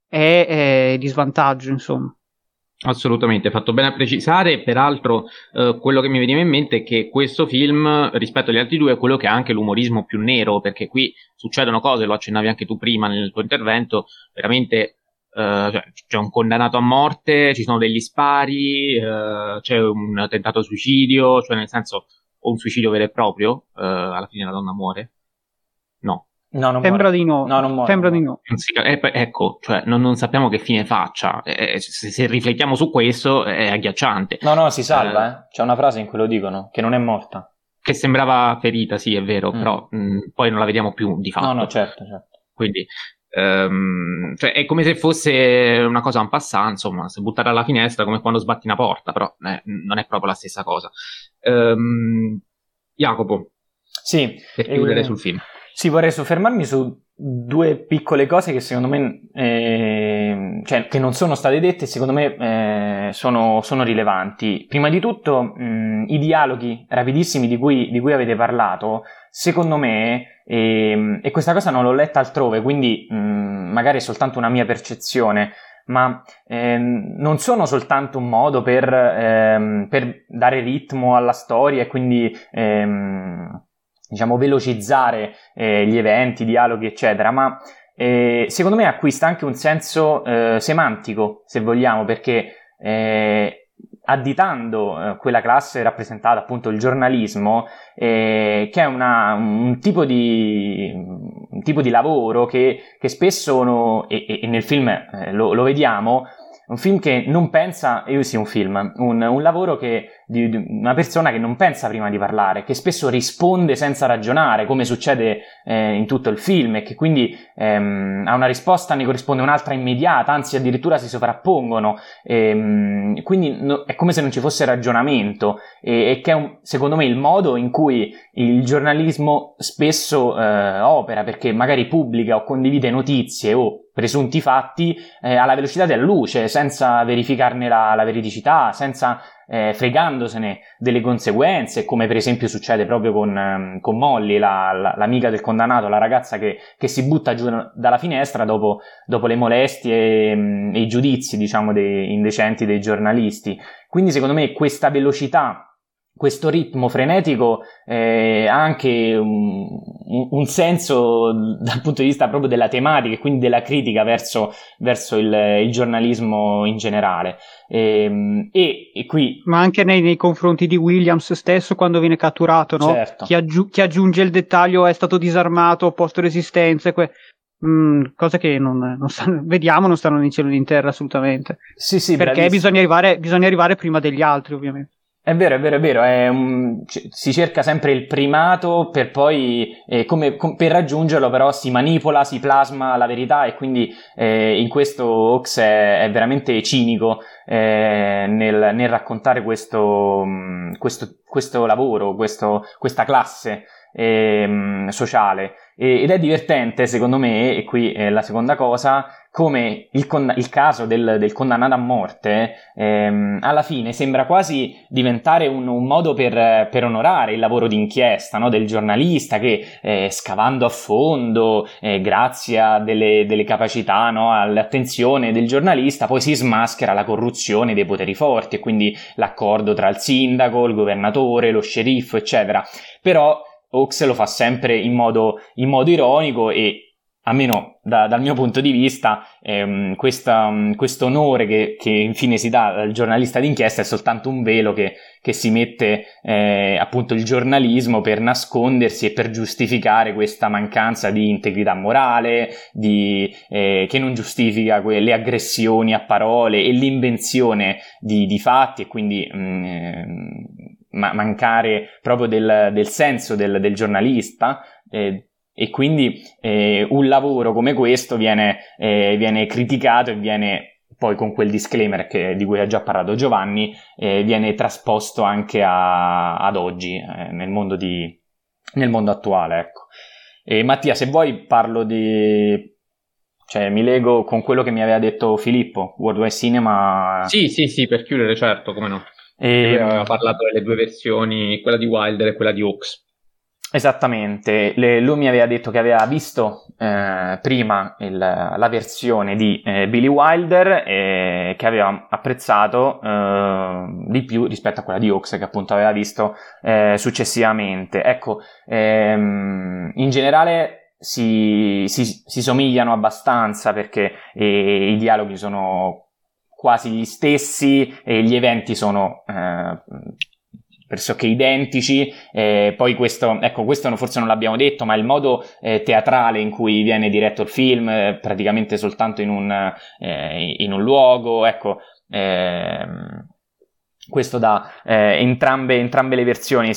è di svantaggio, insomma. Assolutamente, fatto bene a precisare. Peraltro quello che mi veniva in mente è che questo film, rispetto agli altri due, è quello che ha anche l'umorismo più nero, perché qui succedono cose, lo accennavi anche tu prima nel tuo intervento, veramente c'è un condannato a morte, ci sono degli spari, c'è un tentato suicidio, cioè nel senso, o un suicidio vero e proprio, alla fine la donna muore? No. No, non sembra muore. di no. No, non muore. Sembra di no. Ecco, cioè non sappiamo che fine faccia. Se riflettiamo su questo è agghiacciante. No, si salva, C'è una frase in cui lo dicono, che non è morta. Che sembrava ferita, sì, è vero, però poi non la vediamo più di fatto. No, certo. Quindi cioè, è come se fosse una cosa en passant, insomma, se buttare alla finestra, come quando sbatti una porta, però non è proprio la stessa cosa. Jacopo, sì, per chiudere sul film. Sì, vorrei soffermarmi su due piccole cose che secondo me, cioè che non sono state dette, secondo me sono rilevanti. Prima di tutto, i dialoghi rapidissimi di cui avete parlato, secondo me, e questa cosa non l'ho letta altrove, quindi magari è soltanto una mia percezione, ma non sono soltanto un modo per dare ritmo alla storia e quindi diciamo velocizzare gli eventi, i dialoghi eccetera, ma secondo me acquista anche un senso semantico, se vogliamo, perché additando quella classe rappresentata, appunto il giornalismo, che è un tipo di lavoro che spesso e nel film lo vediamo, un film che non pensa, un lavoro di una persona che non pensa prima di parlare, che spesso risponde senza ragionare, come succede in tutto il film, e che quindi a una risposta ne corrisponde un'altra immediata, anzi addirittura si sovrappongono, quindi è come se non ci fosse ragionamento, e che è secondo me il modo in cui il giornalismo spesso opera, perché magari pubblica o condivide notizie o presunti fatti alla velocità della luce, senza verificarne la veridicità, senza fregandosene delle conseguenze, come per esempio succede proprio con Molly, l'amica del condannato, la ragazza che si butta giù dalla finestra dopo le molestie e i giudizi, diciamo, indecenti dei giornalisti. Quindi secondo me questa velocità questo ritmo frenetico ha anche un senso dal punto di vista proprio della tematica e quindi della critica verso il giornalismo in generale. E qui... Ma anche nei confronti di Williams stesso quando viene catturato, no? Certo. Chi aggiunge il dettaglio è stato disarmato, posto resistenze, cose che non stanno, vediamo, non stanno né in cielo né in terra assolutamente. Sì, perché bisogna arrivare prima degli altri, ovviamente. È vero, si cerca sempre il primato per poi, per raggiungerlo però si manipola, si plasma la verità e quindi in questo Hawks è veramente cinico nel raccontare questo lavoro, questa classe sociale. Ed è divertente secondo me, e qui è la seconda cosa, come il caso del condannato a morte alla fine sembra quasi diventare un modo per onorare il lavoro d'inchiesta, no? Del giornalista che scavando a fondo grazie a delle capacità, no? All'attenzione del giornalista poi si smaschera la corruzione dei poteri forti e quindi l'accordo tra il sindaco, il governatore, lo sceriffo eccetera. Però Hawks lo fa sempre in modo ironico e almeno dal mio punto di vista questo onore che infine si dà al giornalista d'inchiesta è soltanto un velo che si mette appunto il giornalismo per nascondersi e per giustificare questa mancanza di integrità morale, che non giustifica le aggressioni a parole e l'invenzione di fatti e quindi mancare proprio del senso del giornalista e quindi un lavoro come questo viene criticato e viene poi con quel disclaimer di cui ha già parlato Giovanni viene trasposto anche ad oggi nel mondo attuale, ecco. E Mattia, se vuoi parlo mi lego con quello che mi aveva detto Filippo, Worldwide Cinema. Sì, per chiudere, certo, come no. Lui aveva parlato delle due versioni, quella di Wilder e quella di Hawks. Esattamente, lui mi aveva detto che aveva visto prima la versione di Billy Wilder e che aveva apprezzato di più rispetto a quella di Hawks che appunto aveva visto successivamente. Ecco, in generale si somigliano abbastanza perché i dialoghi sono quasi gli stessi e gli eventi sono pressoché identici, poi questo forse non l'abbiamo detto, ma il modo teatrale in cui viene diretto il film, praticamente soltanto in un luogo, ecco, questo da entrambe le versioni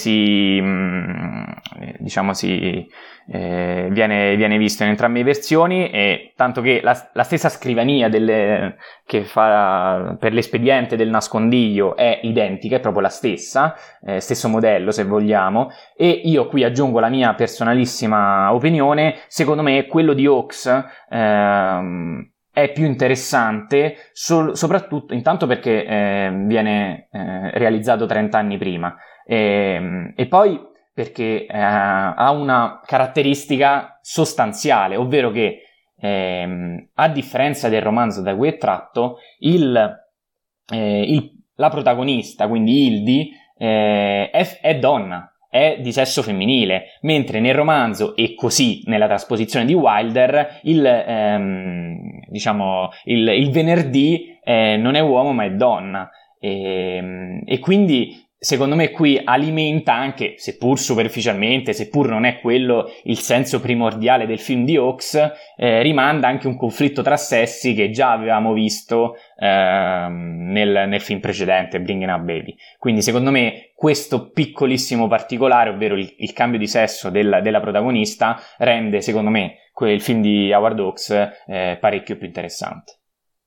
viene visto in entrambe le versioni, e tanto che la stessa scrivania che fa per l'espediente del nascondiglio è identica, è proprio la stessa, stesso modello se vogliamo, e io qui aggiungo la mia personalissima opinione. Secondo me quello di Hawks è più interessante soprattutto intanto perché viene realizzato 30 anni prima e poi perché ha una caratteristica sostanziale, ovvero che a differenza del romanzo da cui è tratto, la protagonista, quindi Hildy, è donna, è di sesso femminile, mentre nel romanzo e così nella trasposizione di Wilder il venerdì non è uomo ma è donna, e quindi secondo me qui alimenta anche, seppur superficialmente, seppur non è quello il senso primordiale del film di Hawks, rimanda anche un conflitto tra sessi che già avevamo visto nel film precedente, Bringing Up Baby. Quindi secondo me questo piccolissimo particolare, ovvero il cambio di sesso della protagonista, rende secondo me il film di Howard Hawks parecchio più interessante.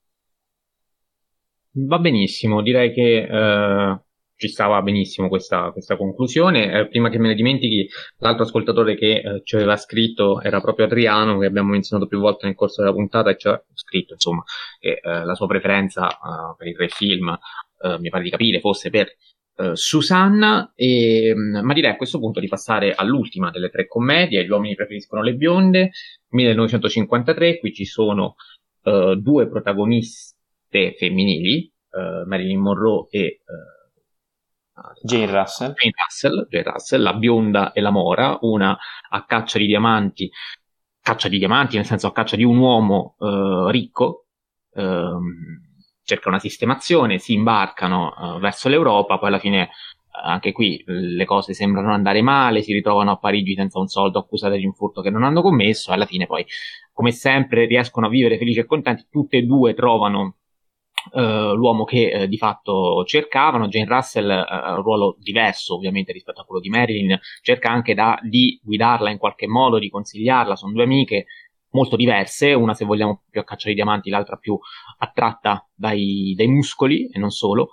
Va benissimo, direi che ci stava benissimo questa conclusione. Prima che me ne dimentichi, l'altro ascoltatore che ci aveva scritto era proprio Adriano, che abbiamo menzionato più volte nel corso della puntata, e ci ha scritto insomma che la sua preferenza per i tre film mi pare di capire fosse per Susanna, ma direi a questo punto di passare all'ultima delle tre commedie, Gli uomini preferiscono le bionde, 1953. Qui ci sono due protagoniste femminili, Marilyn Monroe e Jane Russell. Jane Russell, la bionda e la mora, una a caccia di diamanti nel senso a caccia di un uomo ricco, cerca una sistemazione, si imbarcano verso l'Europa, poi alla fine anche qui le cose sembrano andare male, si ritrovano a Parigi senza un soldo, accusate di un furto che non hanno commesso, alla fine poi, come sempre, riescono a vivere felici e contenti, tutte e due trovano l'uomo che di fatto cercavano. Jane Russell ha un ruolo diverso ovviamente rispetto a quello di Marilyn, cerca anche di guidarla in qualche modo, di consigliarla, sono due amiche molto diverse, una se vogliamo più a caccia di diamanti, l'altra più attratta dai muscoli e non solo.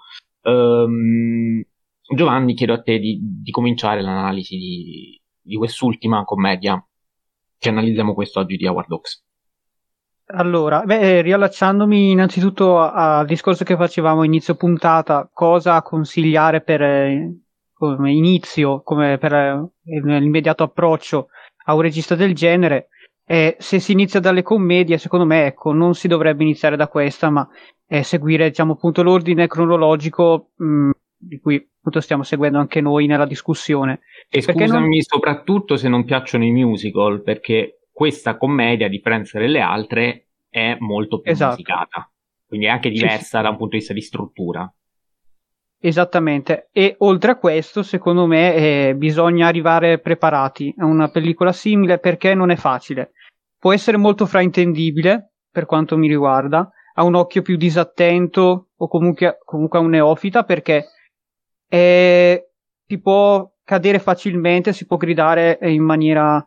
Giovanni, chiedo a te di cominciare l'analisi di quest'ultima commedia che analizziamo quest'oggi di Howard Hawks. Allora, riallacciandomi innanzitutto al discorso che facevamo inizio puntata, cosa consigliare come inizio, come per l'immediato approccio a un regista del genere, se si inizia dalle commedie, secondo me, ecco, non si dovrebbe iniziare da questa, ma seguire, diciamo, appunto l'ordine cronologico di cui appunto stiamo seguendo anche noi nella discussione. E scusami, soprattutto se non piacciono i musical, perché questa commedia, a differenza delle altre, è molto più musicata, quindi è anche diversa da un punto di vista di struttura. Esattamente, e oltre a questo, secondo me, bisogna arrivare preparati a una pellicola simile, perché non è facile. Può essere molto fraintendibile, per quanto mi riguarda, a un occhio più disattento o comunque a un neofita, perché si può cadere facilmente, si può gridare in maniera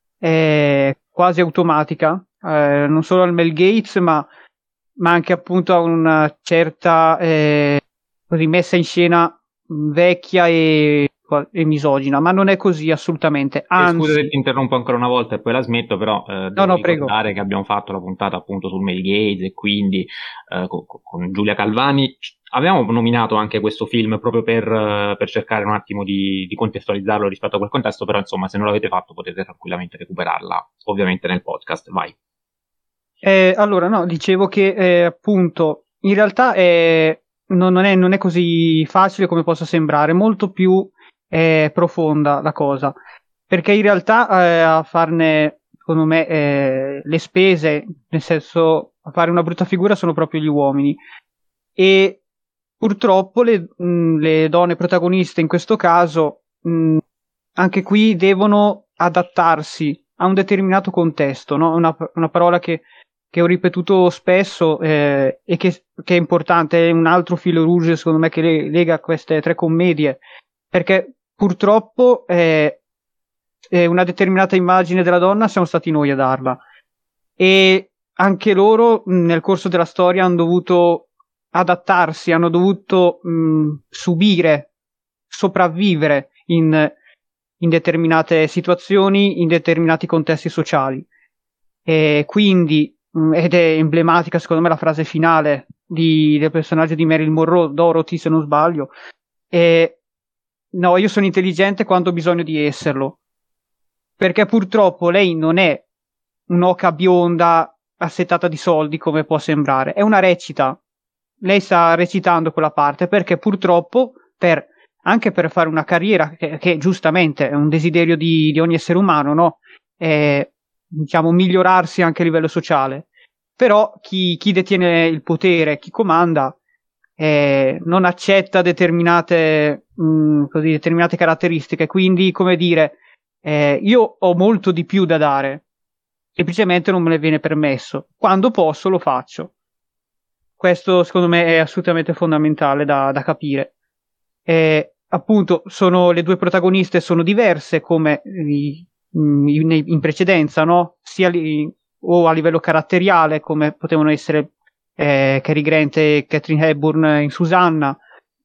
quasi automatica, non solo al Mel Gates, ma anche appunto a una certa rimessa in scena vecchia e misogina, ma non è così assolutamente. Anzi, scusa se ti interrompo ancora una volta e poi la smetto, però devo ricordare prego. che abbiamo fatto la puntata appunto sul Mel Gates e quindi con Giulia Calvani abbiamo nominato anche questo film proprio per cercare un attimo di contestualizzarlo rispetto a quel contesto, però insomma se non l'avete fatto potete tranquillamente recuperarla ovviamente nel podcast. Vai. Allora no, dicevo che appunto in realtà non è così facile come possa sembrare, molto più profonda la cosa, perché in realtà a farne, secondo me, le spese, nel senso a fare una brutta figura sono proprio gli uomini, e purtroppo le donne protagoniste in questo caso anche qui devono adattarsi a un determinato contesto, no? Una parola che ho ripetuto spesso e che è importante, è un altro filo rouge secondo me che lega queste tre commedie, perché purtroppo una determinata immagine della donna siamo stati noi a darla, e anche loro nel corso della storia hanno dovuto adattarsi, hanno dovuto subire, sopravvivere in determinate situazioni, in determinati contesti sociali. E quindi ed è emblematica secondo me la frase finale del personaggio di Marilyn Monroe, Dorothy se non sbaglio, no, io sono intelligente quando ho bisogno di esserlo, perché purtroppo lei non è un'oca bionda assetata di soldi come può sembrare, è una recita, lei sta recitando quella parte perché purtroppo anche per fare una carriera che giustamente è un desiderio di ogni essere umano, no? Diciamo migliorarsi anche a livello sociale, però chi detiene il potere, chi comanda non accetta determinate caratteristiche, quindi come dire, io ho molto di più da dare, semplicemente non me ne viene permesso, quando posso lo faccio. Questo secondo me è assolutamente fondamentale da capire. Appunto le due protagoniste sono diverse come in precedenza, no? Sia o a livello caratteriale, come potevano essere Cary Grant e Katharine Hepburn in Susanna,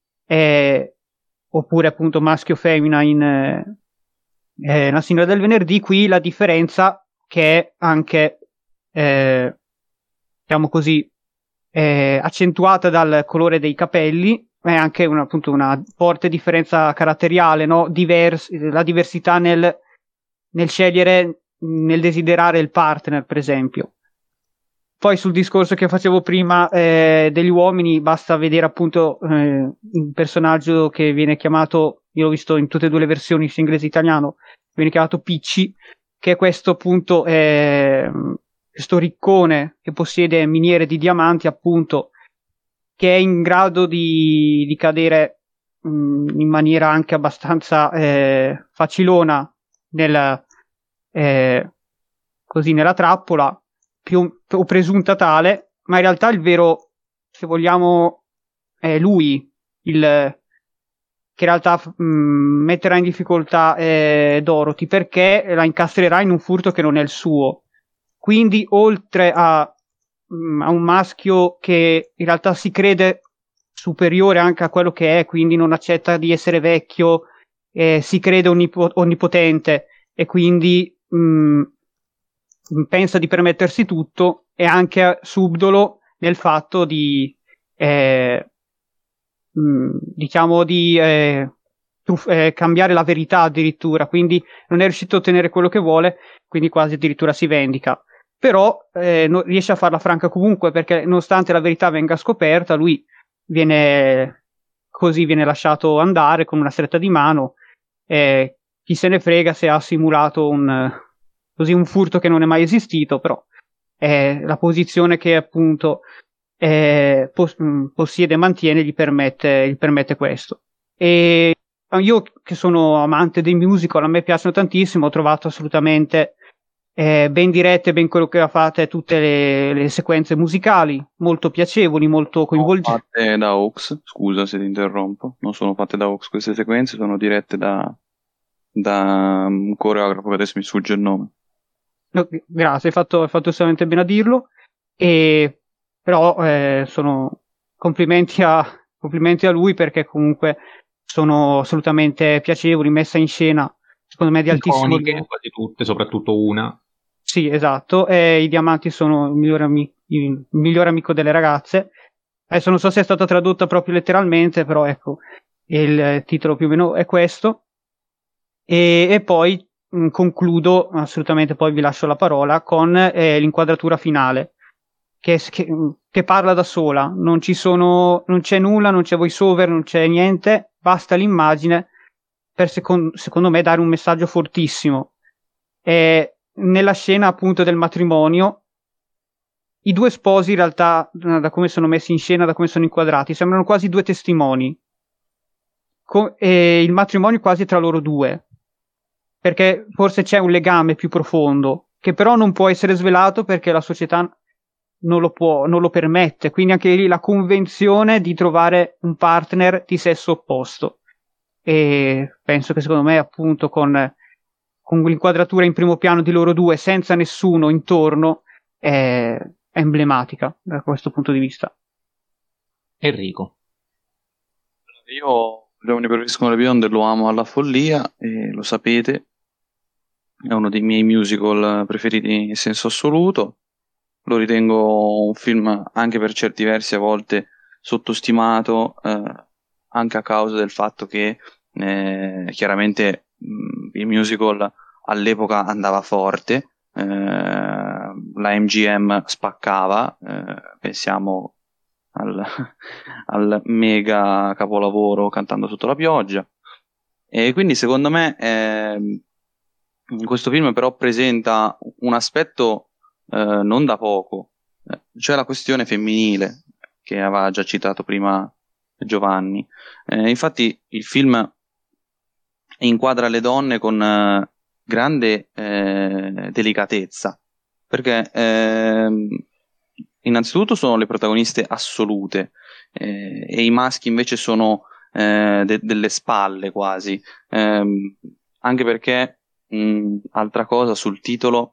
oppure appunto maschio o femmina in La signora del venerdì. Qui la differenza che è anche diciamo così accentuata dal colore dei capelli, è anche appunto una forte differenza caratteriale, no? La diversità nel scegliere, nel desiderare il partner, per esempio. Poi sul discorso che facevo prima degli uomini, basta vedere appunto il personaggio che viene chiamato, io l'ho visto in tutte e due le versioni, sia inglese e italiano, viene chiamato Picci, che è questo appunto questo riccone che possiede miniere di diamanti appunto, che è in grado di cadere in maniera anche abbastanza facilona così nella trappola o presunta tale, ma in realtà il vero, se vogliamo, è lui che in realtà metterà in difficoltà Dorothy, perché la incastrerà in un furto che non è il suo. Quindi oltre a un maschio che in realtà si crede superiore anche a quello che è, quindi non accetta di essere vecchio, si crede onnipotente e quindi pensa di permettersi tutto, e anche subdolo nel fatto di diciamo di cambiare la verità addirittura, quindi non è riuscito a ottenere quello che vuole, quindi quasi addirittura si vendica, però riesce a farla franca comunque, perché nonostante la verità venga scoperta, lui viene lasciato andare con una stretta di mano, chi se ne frega se ha simulato un furto che non è mai esistito, però la posizione che appunto possiede e mantiene gli permette questo. E io, che sono amante dei musical, a me piacciono tantissimo, ho trovato assolutamente ben dirette, ben coreografate tutte le sequenze musicali, molto piacevoli, molto coinvolgenti. Sono fatte da Hawks, scusa se ti interrompo, non sono fatte da Hawks queste sequenze, sono dirette da un coreografo che adesso mi sfugge il nome. No, grazie, hai fatto estremamente bene a dirlo, però sono complimenti a lui, perché comunque sono assolutamente piacevoli, messa in scena secondo me di altissimo livello. Quasi tutte, soprattutto una. Sì, esatto, i diamanti sono il migliore amico delle ragazze. Adesso non so se è stata tradotta proprio letteralmente, però ecco, il titolo più o meno è questo. E poi concludo, assolutamente, poi vi lascio la parola, con l'inquadratura finale, che parla da sola, non c'è nulla, non c'è voice over, non c'è niente, basta l'immagine per secondo me dare un messaggio fortissimo. Nella scena appunto del matrimonio, i due sposi in realtà, da come sono messi in scena, da come sono inquadrati, sembrano quasi due testimoni, e il matrimonio quasi tra loro due, perché forse c'è un legame più profondo che però non può essere svelato perché la società non lo permette, quindi anche lì la convenzione di trovare un partner di sesso opposto. E penso che secondo me appunto con l'inquadratura in primo piano di loro due senza nessuno intorno è emblematica da questo punto di vista. Enrico. Io Giovani preferiscono le bionde lo amo alla follia, e lo sapete, è uno dei miei musical preferiti in senso assoluto. Lo ritengo un film anche per certi versi a volte sottostimato, anche a causa del fatto che chiaramente il musical all'epoca andava forte, la MGM spaccava, pensiamo al mega capolavoro Cantando sotto la pioggia, e quindi secondo me questo film però presenta un aspetto non da poco, cioè la questione femminile che aveva già citato prima Giovanni. Infatti il film inquadra le donne con grande delicatezza, perché innanzitutto sono le protagoniste assolute, e i maschi invece sono delle spalle quasi, anche perché altra cosa sul titolo,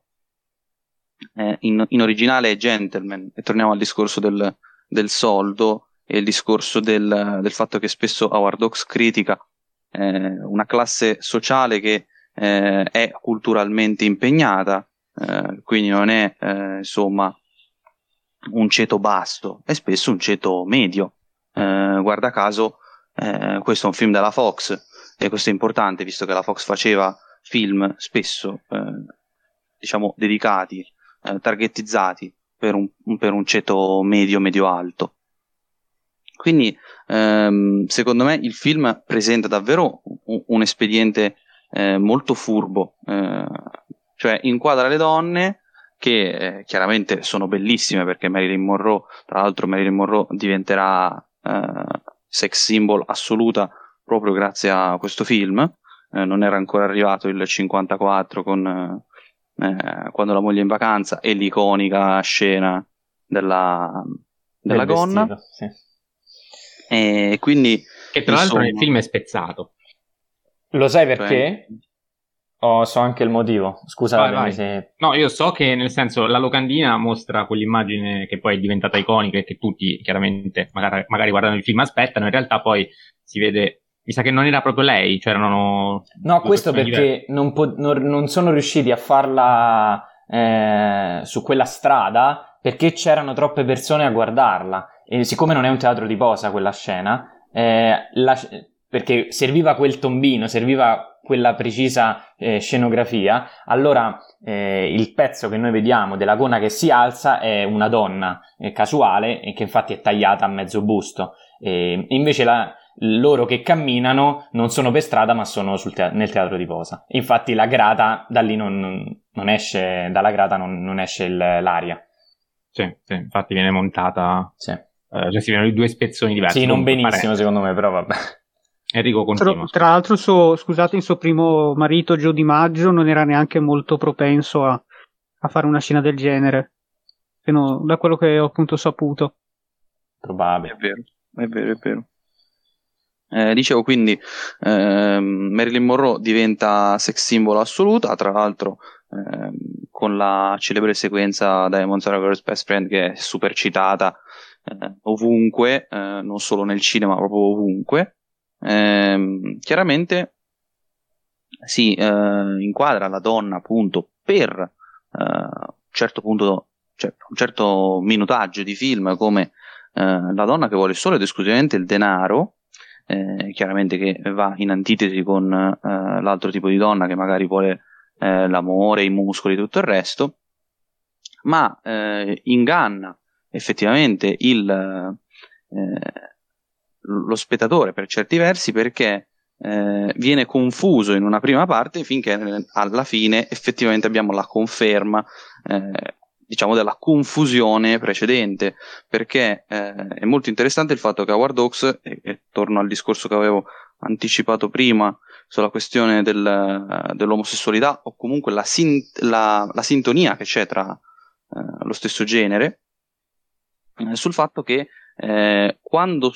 in originale è Gentleman, e torniamo al discorso del soldo e il discorso del fatto che spesso Howard Hawks critica una classe sociale che è culturalmente impegnata, quindi non è insomma un ceto basso, è spesso un ceto medio. Guarda caso questo è un film della Fox, e questo è importante visto che la Fox faceva film spesso diciamo dedicati, targetizzati per un ceto medio-alto. Quindi secondo me il film presenta davvero un espediente molto furbo, cioè inquadra le donne che chiaramente sono bellissime, perché Marilyn Monroe, tra l'altro Marilyn Monroe diventerà sex symbol assoluta proprio grazie a questo film. Non era ancora arrivato il 54 con quando la moglie è in vacanza e l'iconica scena della gonna. Vestito, sì. E quindi che tra l'altro nel film è spezzato. Lo sai perché? So anche il motivo. Scusatemi se... No, io so che, nel senso, la locandina mostra quell'immagine che poi è diventata iconica e che tutti chiaramente magari guardando il film aspettano. In realtà poi si vede, mi sa che non era proprio lei, cioè erano no, questo perché non sono riusciti a farla su quella strada perché c'erano troppe persone a guardarla, e siccome non è un teatro di posa quella scena, perché serviva quel tombino, serviva quella precisa scenografia, allora il pezzo che noi vediamo della gonna che si alza è una donna casuale, e che infatti è tagliata a mezzo busto, e invece loro che camminano non sono per strada ma sono nel teatro di posa. Infatti la grata da lì non esce, dalla grata non esce l'aria. Sì, infatti viene montata, sì. Cioè si vedono i due spezzoni diversi. Sì, non benissimo secondo me, però vabbè. Enrico continua. Tra l'altro scusate, il suo primo marito Joe DiMaggio non era neanche molto propenso a fare una scena del genere, da quello che ho appunto saputo. Probabile. È vero. Dicevo, quindi Marilyn Monroe diventa sex symbol assoluta, tra l'altro con la celebre sequenza Diamonds Are a Girl's Best Friend, che è super citata ovunque, non solo nel cinema, proprio ovunque. Chiaramente si inquadra la donna appunto per un certo punto, cioè un certo minutaggio di film, come la donna che vuole solo ed esclusivamente il denaro, chiaramente che va in antitesi con l'altro tipo di donna che magari vuole l'amore, i muscoli e tutto il resto, ma inganna effettivamente lo spettatore per certi versi, perché viene confuso in una prima parte finché alla fine effettivamente abbiamo la conferma diciamo della confusione precedente, perché è molto interessante il fatto che Howard Hawks, e torno al discorso che avevo anticipato prima sulla questione dell'omosessualità, o comunque la sintonia che c'è tra lo stesso genere, sul fatto che quando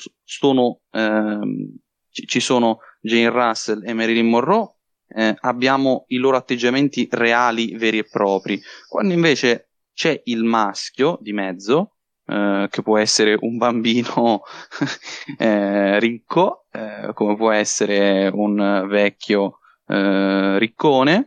ci sono Jane Russell e Marilyn Monroe, abbiamo i loro atteggiamenti reali, veri e propri, quando invece c'è il maschio di mezzo, che può essere un bambino ricco, come può essere un vecchio riccone,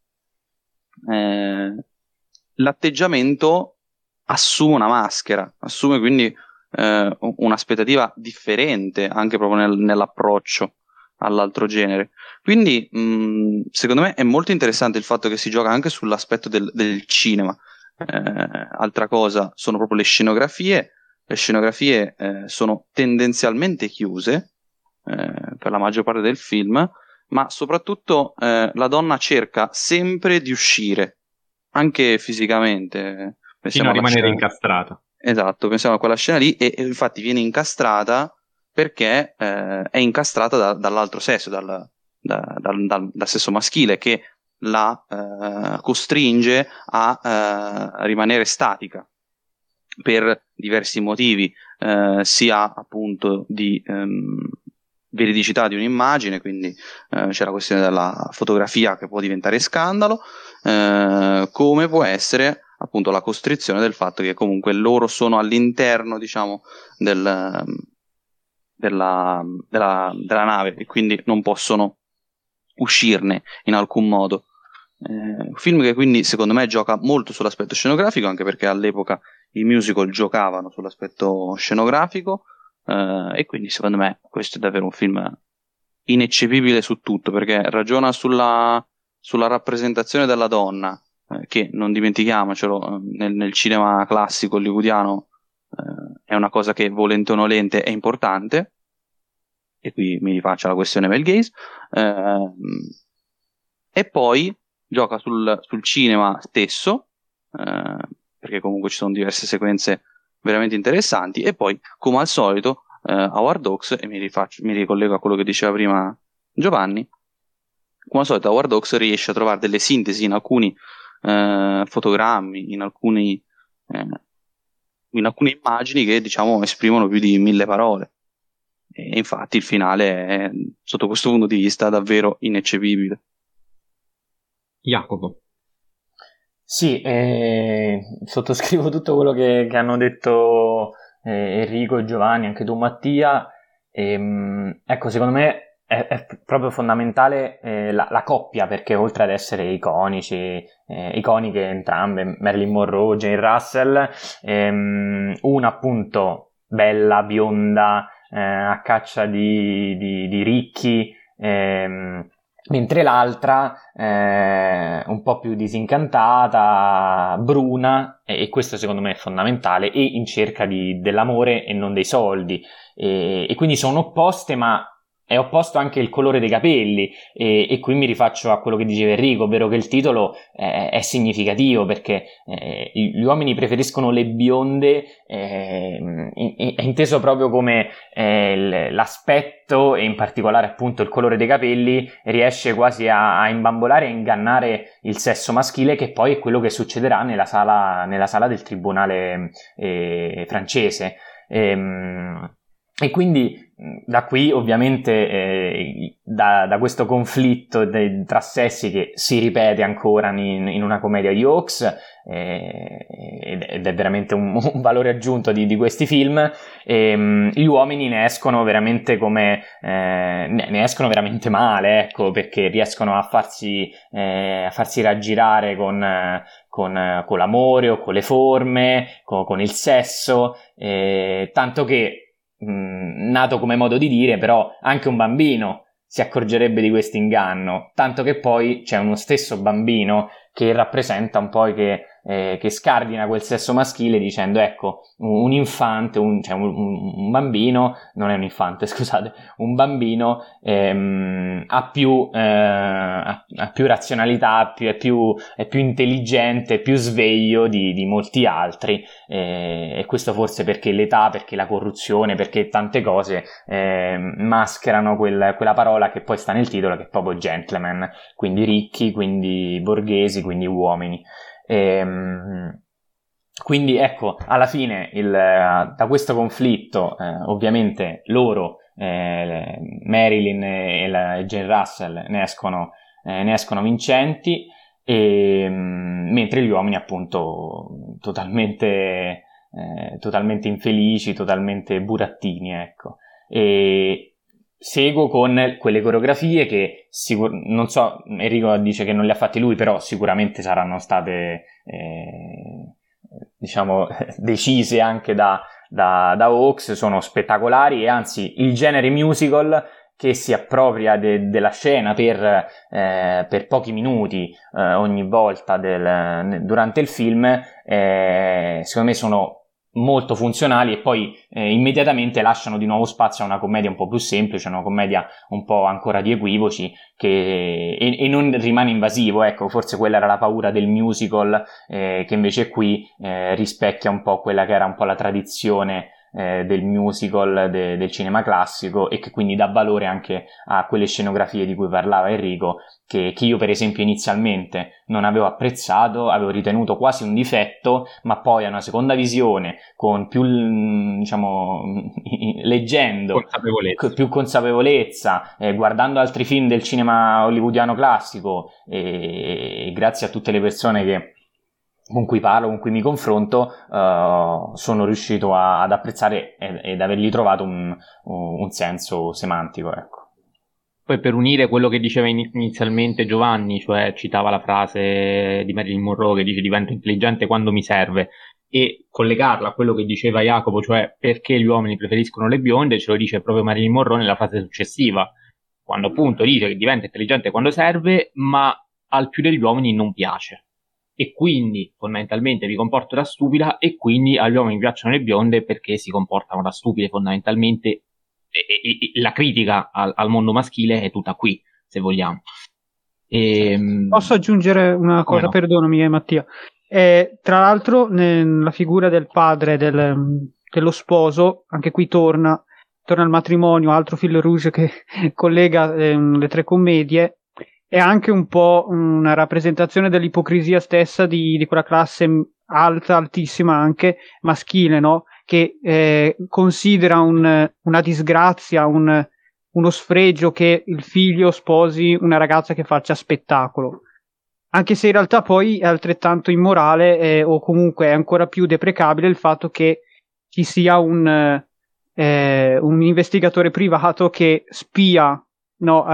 l'atteggiamento assume una maschera, assume quindi un'aspettativa differente anche proprio nell'approccio all'altro genere. Quindi secondo me è molto interessante il fatto che si gioca anche sull'aspetto del cinema. Altra cosa sono proprio le scenografie. Le scenografie sono tendenzialmente chiuse per la maggior parte del film, ma soprattutto la donna cerca sempre di uscire anche fisicamente, fino a rimanere incastrata. Esatto, pensiamo a quella scena lì, e infatti viene incastrata perché è incastrata dall'altro sesso, dal sesso maschile, che la costringe a rimanere statica per diversi motivi, sia appunto di veridicità di un'immagine, quindi c'è la questione della fotografia che può diventare scandalo, come può essere appunto la costrizione del fatto che comunque loro sono all'interno, diciamo, della nave, e quindi non possono uscirne in alcun modo. Un film che quindi secondo me gioca molto sull'aspetto scenografico, anche perché all'epoca i musical giocavano sull'aspetto scenografico, e quindi secondo me questo è davvero un film ineccepibile su tutto, perché ragiona sulla rappresentazione della donna, che non dimentichiamocelo, nel cinema classico hollywoodiano è una cosa che volente o nolente è importante, e qui mi rifaccio la questione Mel Gaze, e poi gioca sul cinema stesso, perché comunque ci sono diverse sequenze veramente interessanti, e poi come al solito Howard Hawks, e mi ricollego a quello che diceva prima Giovanni, come al solito Howard Hawks riesce a trovare delle sintesi in alcuni fotogrammi, in alcune immagini che diciamo esprimono più di 1000 parole, e infatti il finale è, sotto questo punto di vista, davvero ineccepibile. Jacopo. Sì, sottoscrivo tutto quello che hanno detto Enrico e Giovanni, anche tu Mattia. Ecco, secondo me è proprio fondamentale la coppia, perché oltre ad essere iconiche entrambe, Marilyn Monroe, Jane Russell, una appunto bella, bionda, a caccia di ricchi, mentre l'altra un po' più disincantata, bruna, e questo secondo me è fondamentale, e in cerca dell'amore e non dei soldi, e quindi sono opposte, ma è opposto anche il colore dei capelli, e qui mi rifaccio a quello che diceva Enrico, ovvero che il titolo è significativo, perché gli uomini preferiscono le bionde, è inteso proprio come l'aspetto, e in particolare appunto il colore dei capelli, riesce quasi a imbambolare e ingannare il sesso maschile, che poi è quello che succederà nella sala del tribunale francese. E quindi da qui ovviamente da questo conflitto tra sessi, che si ripete ancora in una commedia di Hawks, ed è veramente un valore aggiunto di questi film, gli uomini ne escono veramente ne escono veramente male, ecco, perché riescono a farsi raggirare con l'amore o con le forme, con il sesso, tanto che, nato come modo di dire, però anche un bambino si accorgerebbe di questo inganno, tanto che poi c'è uno stesso bambino che rappresenta un po' che scardina quel sesso maschile, dicendo ecco, un infante, un bambino, non è un infante, scusate, un bambino ha più razionalità, è più intelligente, più sveglio di molti altri, e questo forse perché l'età, perché la corruzione, perché tante cose mascherano quella parola che poi sta nel titolo, che è proprio gentleman, quindi ricchi, quindi borghesi, quindi uomini. Quindi ecco, alla fine da questo conflitto ovviamente loro, Marilyn e Jane Russell, ne escono vincenti, mentre gli uomini appunto totalmente infelici, totalmente burattini, ecco. E seguo con quelle coreografie che non so, Enrico dice che non le ha fatte lui, però sicuramente saranno state diciamo decise anche da Hawks, sono spettacolari, e anzi il genere musical che si appropria della scena per pochi minuti ogni volta durante il film, secondo me sono molto funzionali, e poi immediatamente lasciano di nuovo spazio a una commedia un po' più semplice, una commedia un po' ancora di equivoci, e non rimane invasivo, ecco, forse quella era la paura del musical, che invece qui rispecchia un po' quella che era un po' la tradizione del musical del cinema classico, e che quindi dà valore anche a quelle scenografie di cui parlava Enrico, che io per esempio inizialmente non avevo apprezzato, avevo ritenuto quasi un difetto, ma poi a una seconda visione, con più, diciamo, leggendo, più consapevolezza, guardando altri film del cinema hollywoodiano classico, e grazie a tutte le persone con cui parlo, con cui mi confronto, sono riuscito ad apprezzare ed avergli trovato un senso semantico, ecco. Poi, per unire quello che diceva inizialmente Giovanni, cioè citava la frase di Marilyn Monroe che dice divento intelligente quando mi serve, e collegarla a quello che diceva Jacopo, cioè perché gli uomini preferiscono le bionde, ce lo dice proprio Marilyn Monroe nella frase successiva, quando appunto dice che diventa intelligente quando serve, ma al più degli uomini non piace. e quindi fondamentalmente mi comporto da stupida, e quindi agli uomini piacciono le bionde perché si comportano da stupide fondamentalmente, e la critica al mondo maschile è tutta qui, se vogliamo. Posso aggiungere una cosa? No? Perdonami, Mattia. Tra l'altro, la figura del padre dello sposo, anche qui torna al matrimonio, altro fil rouge che collega le tre commedie, è anche un po' una rappresentazione dell'ipocrisia stessa di quella classe alta, altissima anche, maschile, no? Che considera una disgrazia, uno sfregio che il figlio sposi una ragazza che faccia spettacolo. Anche se in realtà poi è altrettanto immorale, o comunque è ancora più deprecabile il fatto che ci sia un investigatore privato che spia, no,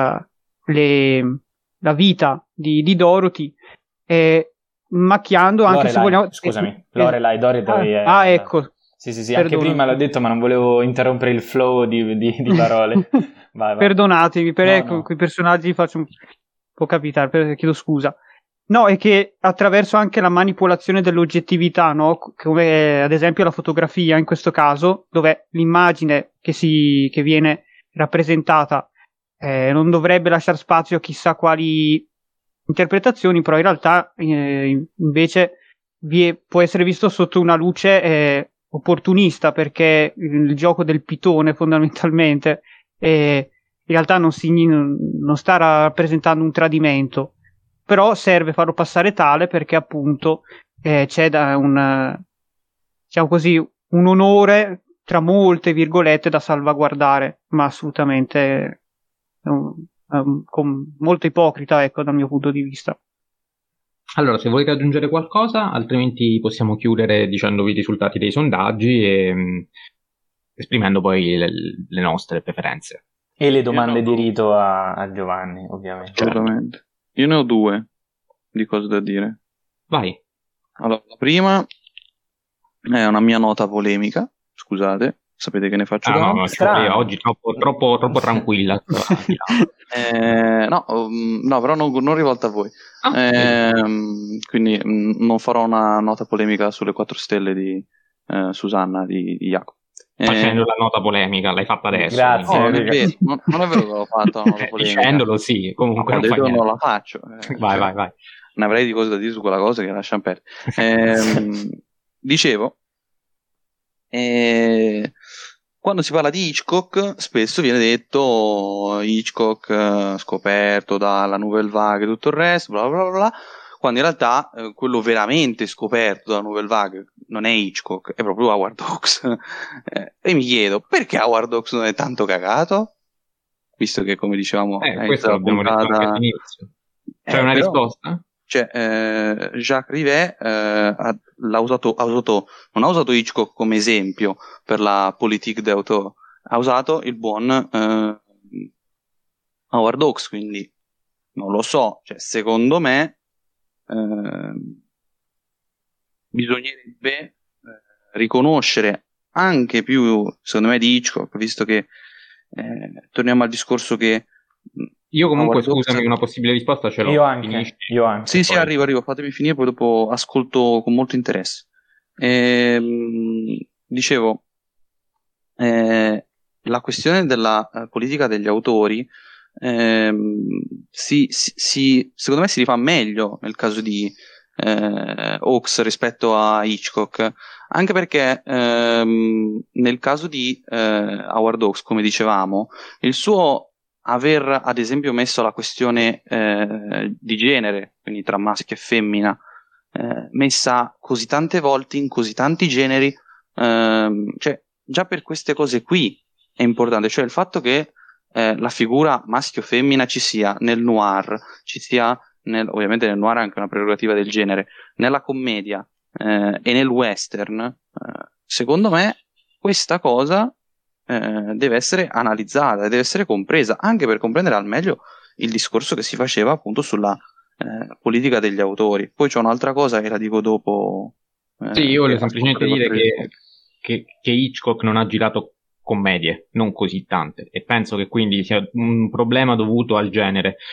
la vita di Dorothy, macchiando anche, Lorelai, se vogliamo... Scusami, Lorelai, Dorothy è... ecco. Sì, Perdona. Anche prima l'ho detto, ma non volevo interrompere il flow di parole. Vai. Perdonatemi, No. quei personaggi può capitare, chiedo scusa. No, è che attraverso anche la manipolazione dell'oggettività, no? Come ad esempio la fotografia in questo caso, dove l'immagine che viene rappresentata non dovrebbe lasciare spazio a chissà quali interpretazioni, però in realtà invece può essere visto sotto una luce opportunista, perché il gioco del pitone fondamentalmente in realtà non sta rappresentando un tradimento, però serve farlo passare tale perché appunto c'è diciamo così, un onore tra molte virgolette da salvaguardare, ma assolutamente molto ipocrita, ecco, dal mio punto di vista. Allora, se volete aggiungere qualcosa, altrimenti possiamo chiudere dicendovi i risultati dei sondaggi e esprimendo poi le nostre preferenze. E le domande di rito a Giovanni, ovviamente. Assolutamente. Io ne ho due di cose da dire. Vai. Allora, la prima è una mia nota polemica, scusate, sapete che ne faccio no, oggi troppo tranquilla. No, però non rivolta a voi. Quindi non farò una nota polemica sulle 4 stelle di Susanna di Jacopo. Facendo la nota polemica, l'hai fatta adesso. Grazie. Non è vero che l'ho fatta una nota polemica. Dicendolo sì, comunque non la faccio. Vai. Ne avrei di cose da dire su quella cosa che lasciamo perdere. Dicevo, quando si parla di Hitchcock spesso viene detto Hitchcock scoperto dalla Nouvelle Vague e tutto il resto, bla bla bla, quando in realtà quello veramente scoperto dalla Nouvelle Vague non è Hitchcock, è proprio Howard Hawks. E mi chiedo, perché Howard Hawks non è tanto cagato? Visto che, come dicevamo, questo l'abbiamo detto anche all'inizio. C'è una risposta? Jacques Rivet non ha usato Hitchcock come esempio per la politique d'auteur, ha usato il buon Howard Hawks, quindi non lo so, secondo me bisognerebbe riconoscere anche più, secondo me, di Hitchcock, visto che torniamo al discorso che io comunque, scusami, una possibile risposta ce l'ho. Io anche. Sì, arrivo, fatemi finire, poi dopo ascolto con molto interesse. Dicevo, la questione della politica degli autori secondo me si rifà meglio nel caso di Hawks rispetto a Hitchcock, anche perché nel caso di Howard Hawks, come dicevamo, il suo aver ad esempio messo la questione di genere, quindi tra maschio e femmina, messa così tante volte in così tanti generi, già per queste cose qui è importante, cioè il fatto che la figura maschio-femmina ci sia nel noir, ci sia ovviamente nel noir è anche una prerogativa del genere, nella commedia e nel western, secondo me questa cosa deve essere analizzata, deve essere compresa, anche per comprendere al meglio il discorso che si faceva appunto sulla politica degli autori. Poi c'è un'altra cosa che la dico dopo. Sì, io voglio semplicemente dire che Hitchcock non ha girato commedie, non così tante, e penso che quindi sia un problema dovuto al genere,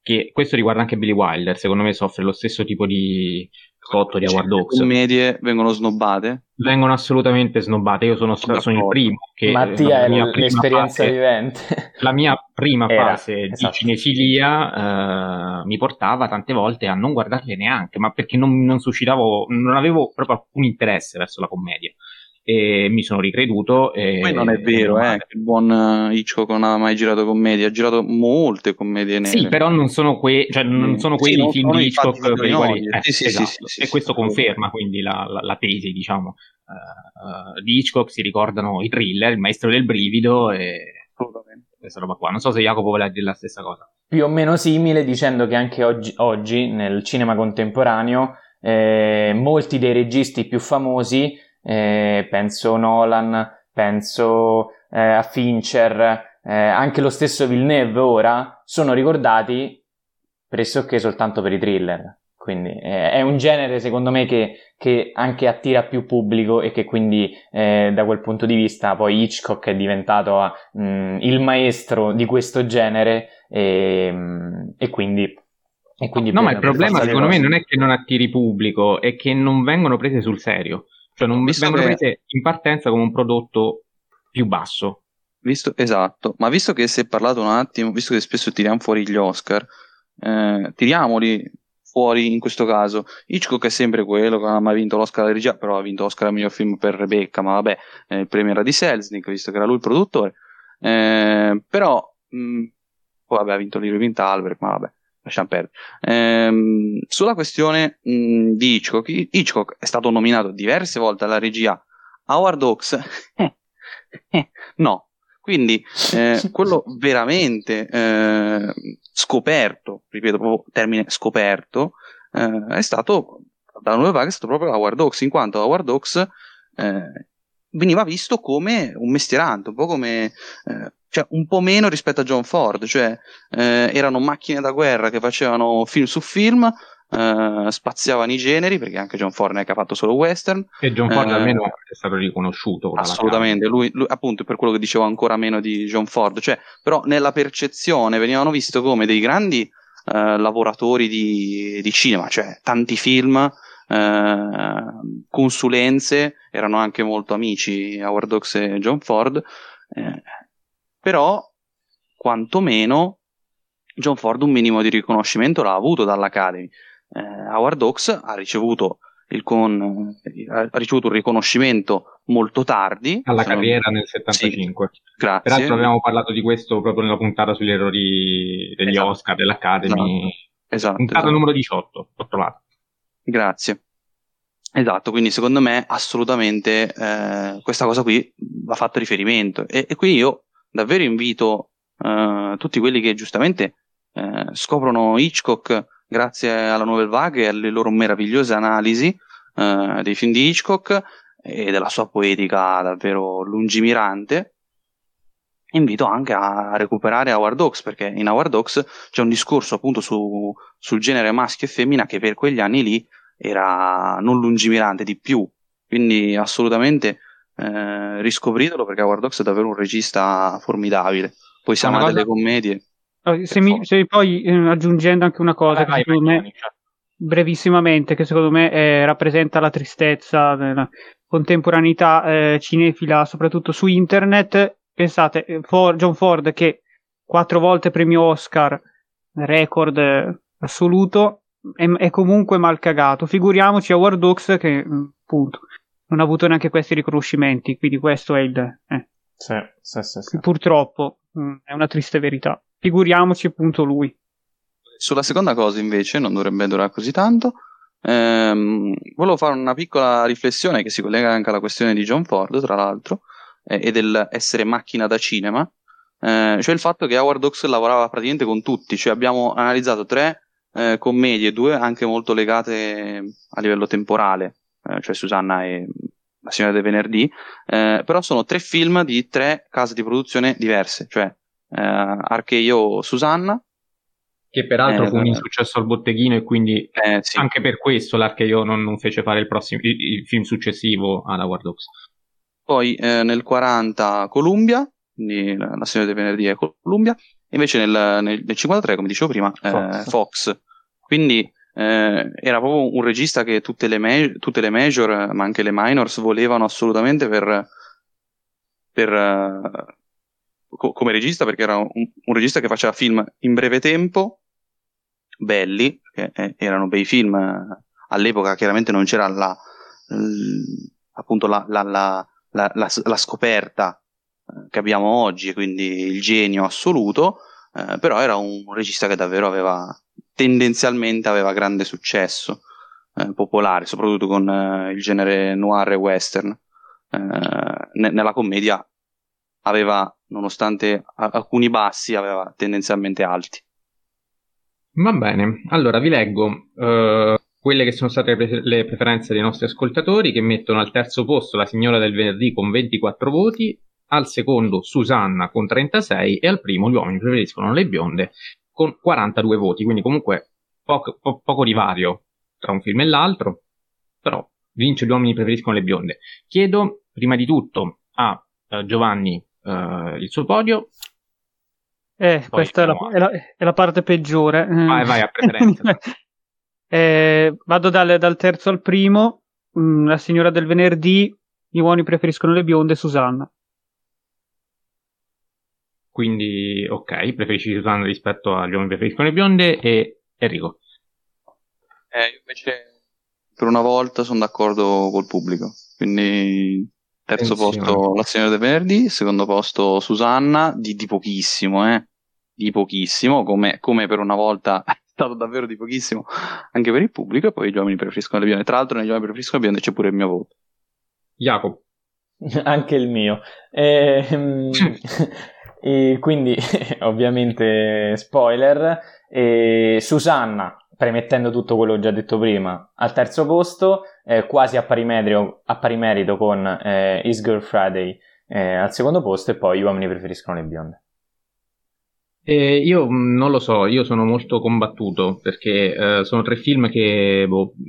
che questo riguarda anche Billy Wilder, secondo me soffre lo stesso tipo di cotto di Howard Hawks. Le commedie vengono snobbate? Vengono assolutamente snobbate. Io sono il primo che Mattia è la prima l'esperienza fase, vivente. la mia prima Era, fase di esatto. cinefilia mi portava tante volte a non guardarle neanche, ma perché non suscitavo, non avevo proprio alcun interesse verso la commedia. E mi sono ricreduto. Poi non è vero, che il buon Hitchcock non aveva mai girato commedie, ha girato molte commedie nere. Sì, però non sono quelli i film di Hitchcock per i quali... esatto. Sì, e questo conferma quindi la tesi, diciamo, di Hitchcock. Si ricordano i thriller, Il maestro del brivido e questa roba qua. Non so se Jacopo vuole dire la stessa cosa. Più o meno simile, dicendo che anche oggi nel cinema contemporaneo molti dei registi più famosi, penso Nolan, penso a Fincher, anche lo stesso Villeneuve ora, sono ricordati pressoché soltanto per i thriller. Quindi è un genere, secondo me, che anche attira più pubblico e che quindi da quel punto di vista poi Hitchcock è diventato il maestro di questo genere e quindi no, ma il problema secondo me non è che non attiri pubblico, è che non vengono prese sul serio, cioè non vengono prese in partenza come un prodotto più basso. Esatto, ma visto che si è parlato un attimo, visto che spesso tiriamo fuori gli Oscar, tiriamoli fuori in questo caso. Hitchcock è sempre quello che non ha mai vinto l'Oscar alla regia, però ha vinto l'Oscar al miglior film per Rebecca, ma vabbè, il premio era di Selznick, visto che era lui il produttore. Però poi vabbè, ha vinto l'Irving Thalberg, ma vabbè, lasciamo perdere. Sulla questione di Hitchcock è stato nominato diverse volte alla regia. Howard Hawks no. Quindi quello veramente scoperto, ripeto, proprio termine scoperto, è stato dalla Nouvelle Vague, è stato proprio Howard Hawks, in quanto Howard Hawks veniva visto come un mestierante, un po' come cioè un po' meno rispetto a John Ford, cioè erano macchine da guerra che facevano film su film, spaziavano i generi, perché anche John Ford non è che ha fatto solo western, e John Ford almeno è stato riconosciuto assolutamente, lui appunto, per quello che dicevo, ancora meno di John Ford, cioè però nella percezione venivano visti come dei grandi lavoratori di cinema, cioè tanti film, consulenze, erano anche molto amici Howard Hawks e John Ford, però quantomeno John Ford un minimo di riconoscimento l'ha avuto dall'Academy. Howard Hawks ha ricevuto un riconoscimento molto tardi alla carriera nel 75. Sì, grazie. Peraltro abbiamo parlato di questo proprio nella puntata sugli errori degli Oscar dell'Academy, puntata numero 18, l'ho trovato. Grazie. Esatto, quindi secondo me assolutamente questa cosa qui va fatta riferimento e qui io davvero invito tutti quelli che giustamente scoprono Hitchcock grazie alla Nouvelle Vague e alle loro meravigliose analisi dei film di Hitchcock e della sua poetica davvero lungimirante. Invito anche a recuperare Howard Hawks, perché in Howard Hawks c'è un discorso appunto sul genere maschio e femmina che per quegli anni lì era non lungimirante, di più, quindi assolutamente riscopritelo, perché Howard Hawks è davvero un regista formidabile. Poi se amate le commedie, se poi aggiungendo anche una cosa che secondo me, brevissimamente, che secondo me rappresenta la tristezza della contemporaneità cinefila, soprattutto su internet. Pensate, John Ford, che 4 volte premio Oscar, record assoluto, è comunque mal cagato. Figuriamoci Howard Hawks, che appunto non ha avuto neanche questi riconoscimenti, quindi questo è il sì. Purtroppo è una triste verità. Figuriamoci appunto lui. Sulla seconda cosa invece non dovrebbe durare così tanto. Volevo fare una piccola riflessione che si collega anche alla questione di John Ford, tra l'altro, e dell'essere macchina da cinema, cioè il fatto che Howard Hawks lavorava praticamente con tutti, cioè abbiamo analizzato 3 commedie, 2 anche molto legate a livello temporale, cioè Susanna e La signora del venerdì, però sono 3 film di 3 case di produzione diverse, cioè Archeio, Susanna, che peraltro fu un insuccesso al botteghino e quindi sì. Anche per questo l'Archeio non fece fare il film successivo ad Howard Hawks. Poi nel 40 Columbia, quindi La signora del venerdì è Columbia, invece nel 53, come dicevo prima, Fox. Quindi era proprio un regista che tutte le major, ma anche le minors, volevano assolutamente come regista, perché era un regista che faceva film in breve tempo, belli, perché erano bei film. All'epoca chiaramente non c'era appunto la scoperta che abbiamo oggi, e quindi il genio assoluto, però era un regista che davvero tendenzialmente aveva grande successo popolare, soprattutto con il genere noir e western. Nella commedia aveva, nonostante alcuni bassi, aveva tendenzialmente alti. Va bene, allora vi leggo quelle che sono state le preferenze dei nostri ascoltatori, che mettono al terzo posto La signora del venerdì con 24 voti, al secondo Susanna con 36 e al primo Gli uomini preferiscono le bionde con 42 voti, quindi comunque poco divario tra un film e l'altro, però vince Gli uomini preferiscono le bionde. Chiedo prima di tutto a Giovanni il suo podio. Questa è la parte peggiore. Vai a preferenza. Vado dal terzo al primo. La signora del venerdì, Gli uomini preferiscono le bionde, Susanna. Quindi, ok, preferisci Susanna rispetto agli uomini preferiscono le bionde. E Enrico? Io invece per una volta sono d'accordo col pubblico, quindi terzo posto La signora del venerdì, secondo posto Susanna, di pochissimo, di pochissimo, come per una volta è stato davvero di pochissimo anche per il pubblico, e poi Gli uomini preferiscono le bionde. Tra l'altro negli uomini preferiscono le bionde c'è pure il mio voto. Jacopo? Anche il mio. E quindi ovviamente spoiler, Susanna, premettendo tutto quello che ho già detto prima, al terzo posto, quasi a pari merito con His Girl Friday al secondo posto, e poi Gli uomini preferiscono le bionde. Io non lo so, io sono molto combattuto perché sono tre film che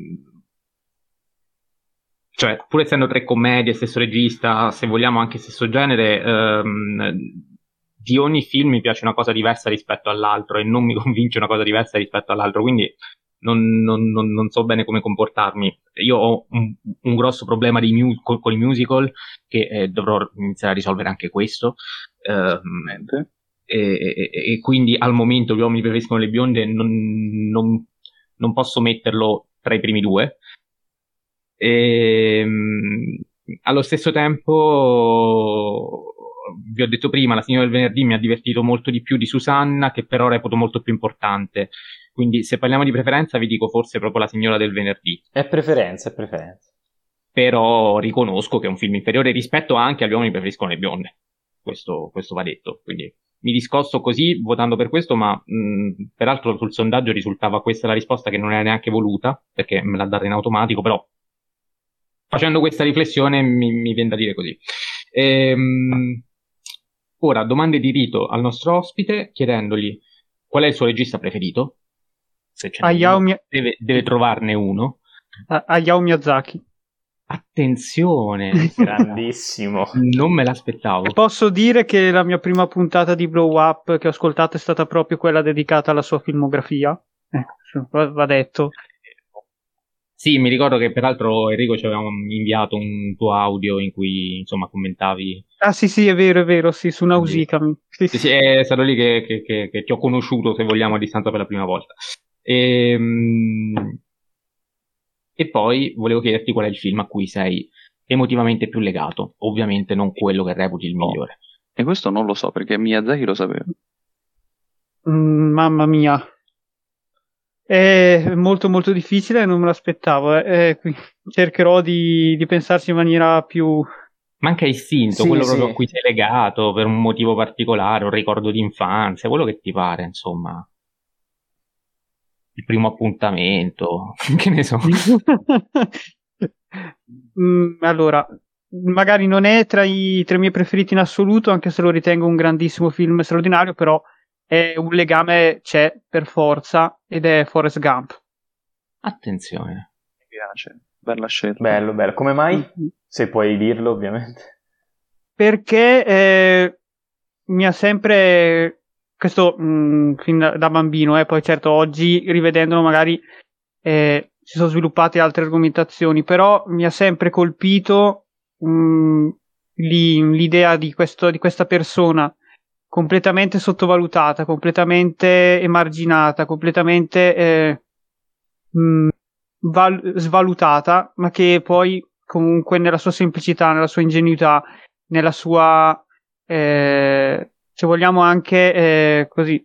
cioè, pur essendo tre commedie, stesso regista, se vogliamo anche stesso genere, di ogni film mi piace una cosa diversa rispetto all'altro e non mi convince una cosa diversa rispetto all'altro, quindi non so bene come comportarmi. Io ho un grosso problema con i musical che dovrò iniziare a risolvere anche questo, e quindi al momento Gli uomini preferiscono le bionde non posso metterlo tra i primi due. Allo stesso tempo, vi ho detto prima, La signora del venerdì mi ha divertito molto di più di Susanna, che però reputo molto più importante. Quindi se parliamo di preferenza vi dico forse proprio La signora del venerdì. È preferenza. Però riconosco che è un film inferiore rispetto anche agli uomini preferiscono le bionde. Questo va detto. Quindi mi discosto così votando per questo, ma peraltro sul sondaggio risultava questa la risposta, che non era neanche voluta, perché me l'ha data in automatico, però facendo questa riflessione mi viene da dire così. Ora, domande di rito al nostro ospite, chiedendogli qual è il suo regista preferito. Se ce n'è uno, deve trovarne uno. Hayao Miyazaki. Attenzione, grandissimo. Non me l'aspettavo. E posso dire che la mia prima puntata di Blow Up che ho ascoltato è stata proprio quella dedicata alla sua filmografia. Va detto. Sì, mi ricordo che peraltro Enrico ci aveva inviato un tuo audio in cui insomma commentavi. Ah sì, è vero, sì, su Nausicaa. Sì, è stato lì che ti ho conosciuto, se vogliamo, a distanza per la prima volta. E poi volevo chiederti qual è il film a cui sei emotivamente più legato, ovviamente non quello che reputi il migliore. E questo non lo so, perché Miyazaki lo sapeva. Mamma mia. È molto molto difficile, non me l'aspettavo. Cercherò di pensarci in maniera più... Manca istinto, quello proprio a cui sei legato per un motivo particolare, un ricordo di infanzia, quello che ti pare, insomma. Il primo appuntamento, che ne so. Allora, magari non è tra i miei preferiti in assoluto, anche se lo ritengo un grandissimo film straordinario, però è un legame, c'è per forza, ed è Forrest Gump. Attenzione. Mi piace, bella scelta. Bello. Come mai? Se puoi dirlo, ovviamente. Perché mi ha sempre questo fin da bambino, poi certo oggi rivedendolo magari si sono sviluppate altre argomentazioni, però mi ha sempre colpito l'idea di questa persona completamente sottovalutata, completamente emarginata, completamente svalutata, ma che poi comunque nella sua semplicità, nella sua ingenuità, nella sua se vogliamo anche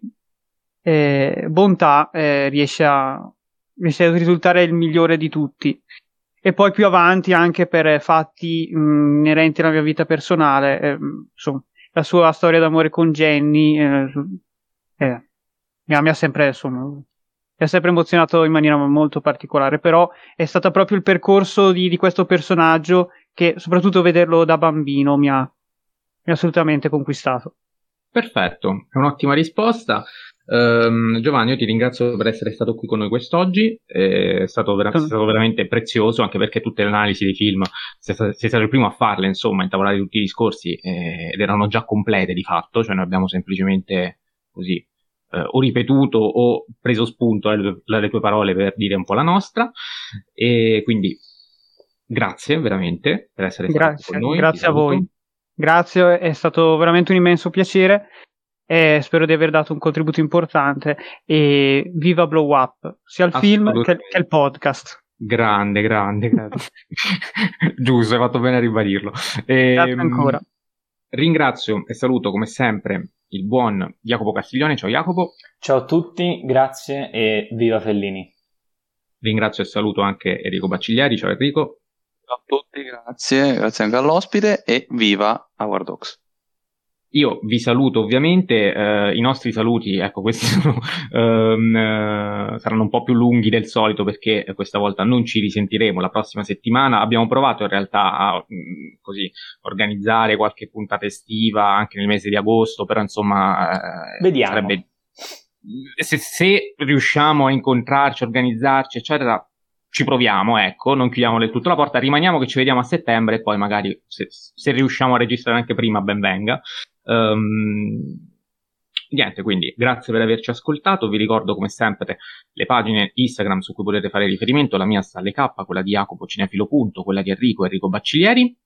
bontà, riesce a risultare il migliore di tutti. E poi più avanti anche per fatti inerenti alla mia vita personale, insomma, la sua storia d'amore con Jenny mi ha sempre, insomma, mi ha sempre emozionato in maniera molto particolare, però è stato proprio il percorso di questo personaggio che, soprattutto vederlo da bambino, mi ha assolutamente conquistato. Perfetto, è un'ottima risposta. Giovanni, io ti ringrazio per essere stato qui con noi quest'oggi, è stato veramente prezioso, anche perché tutte le analisi dei film sei stato il primo a farle, insomma, intavolare tutti i discorsi ed erano già complete di fatto, cioè noi abbiamo semplicemente così o ripetuto o preso spunto dalle tue parole per dire un po' la nostra, e quindi grazie veramente per essere stato con noi. Grazie a voi. Grazie, è stato veramente un immenso piacere e spero di aver dato un contributo importante, e viva Blow Up, sia il film che il podcast. Grande. Giusto, hai fatto bene a ribadirlo. Grazie ancora. Ringrazio e saluto come sempre il buon Jacopo Castiglione. Ciao Jacopo. Ciao a tutti, grazie e viva Fellini. Ringrazio e saluto anche Enrico Bacciglieri. Ciao Enrico. Ciao a tutti, grazie anche all'ospite e viva Our Dogs. Io vi saluto ovviamente, i nostri saluti, ecco, questi saranno un po' più lunghi del solito perché questa volta non ci risentiremo la prossima settimana. Abbiamo provato in realtà a così organizzare qualche puntata estiva anche nel mese di agosto, però insomma vediamo. Sarebbe, se riusciamo a incontrarci, organizzarci, eccetera, ci proviamo, ecco, non chiudiamo del tutto la porta, rimaniamo che ci vediamo a settembre e poi magari se riusciamo a registrare anche prima ben venga. Niente, quindi grazie per averci ascoltato. Vi ricordo come sempre le pagine Instagram su cui potete fare riferimento. La mia sta alle K, quella di Jacopo Cinefilo Punto, quella di Enrico Bacciglieri,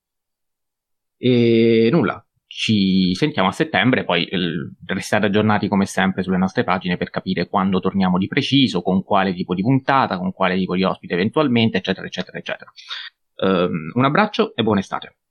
e nulla, ci sentiamo a settembre. Poi restate aggiornati come sempre sulle nostre pagine per capire quando torniamo di preciso, con quale tipo di puntata, con quale tipo di ospite eventualmente, eccetera. Un abbraccio e buona estate.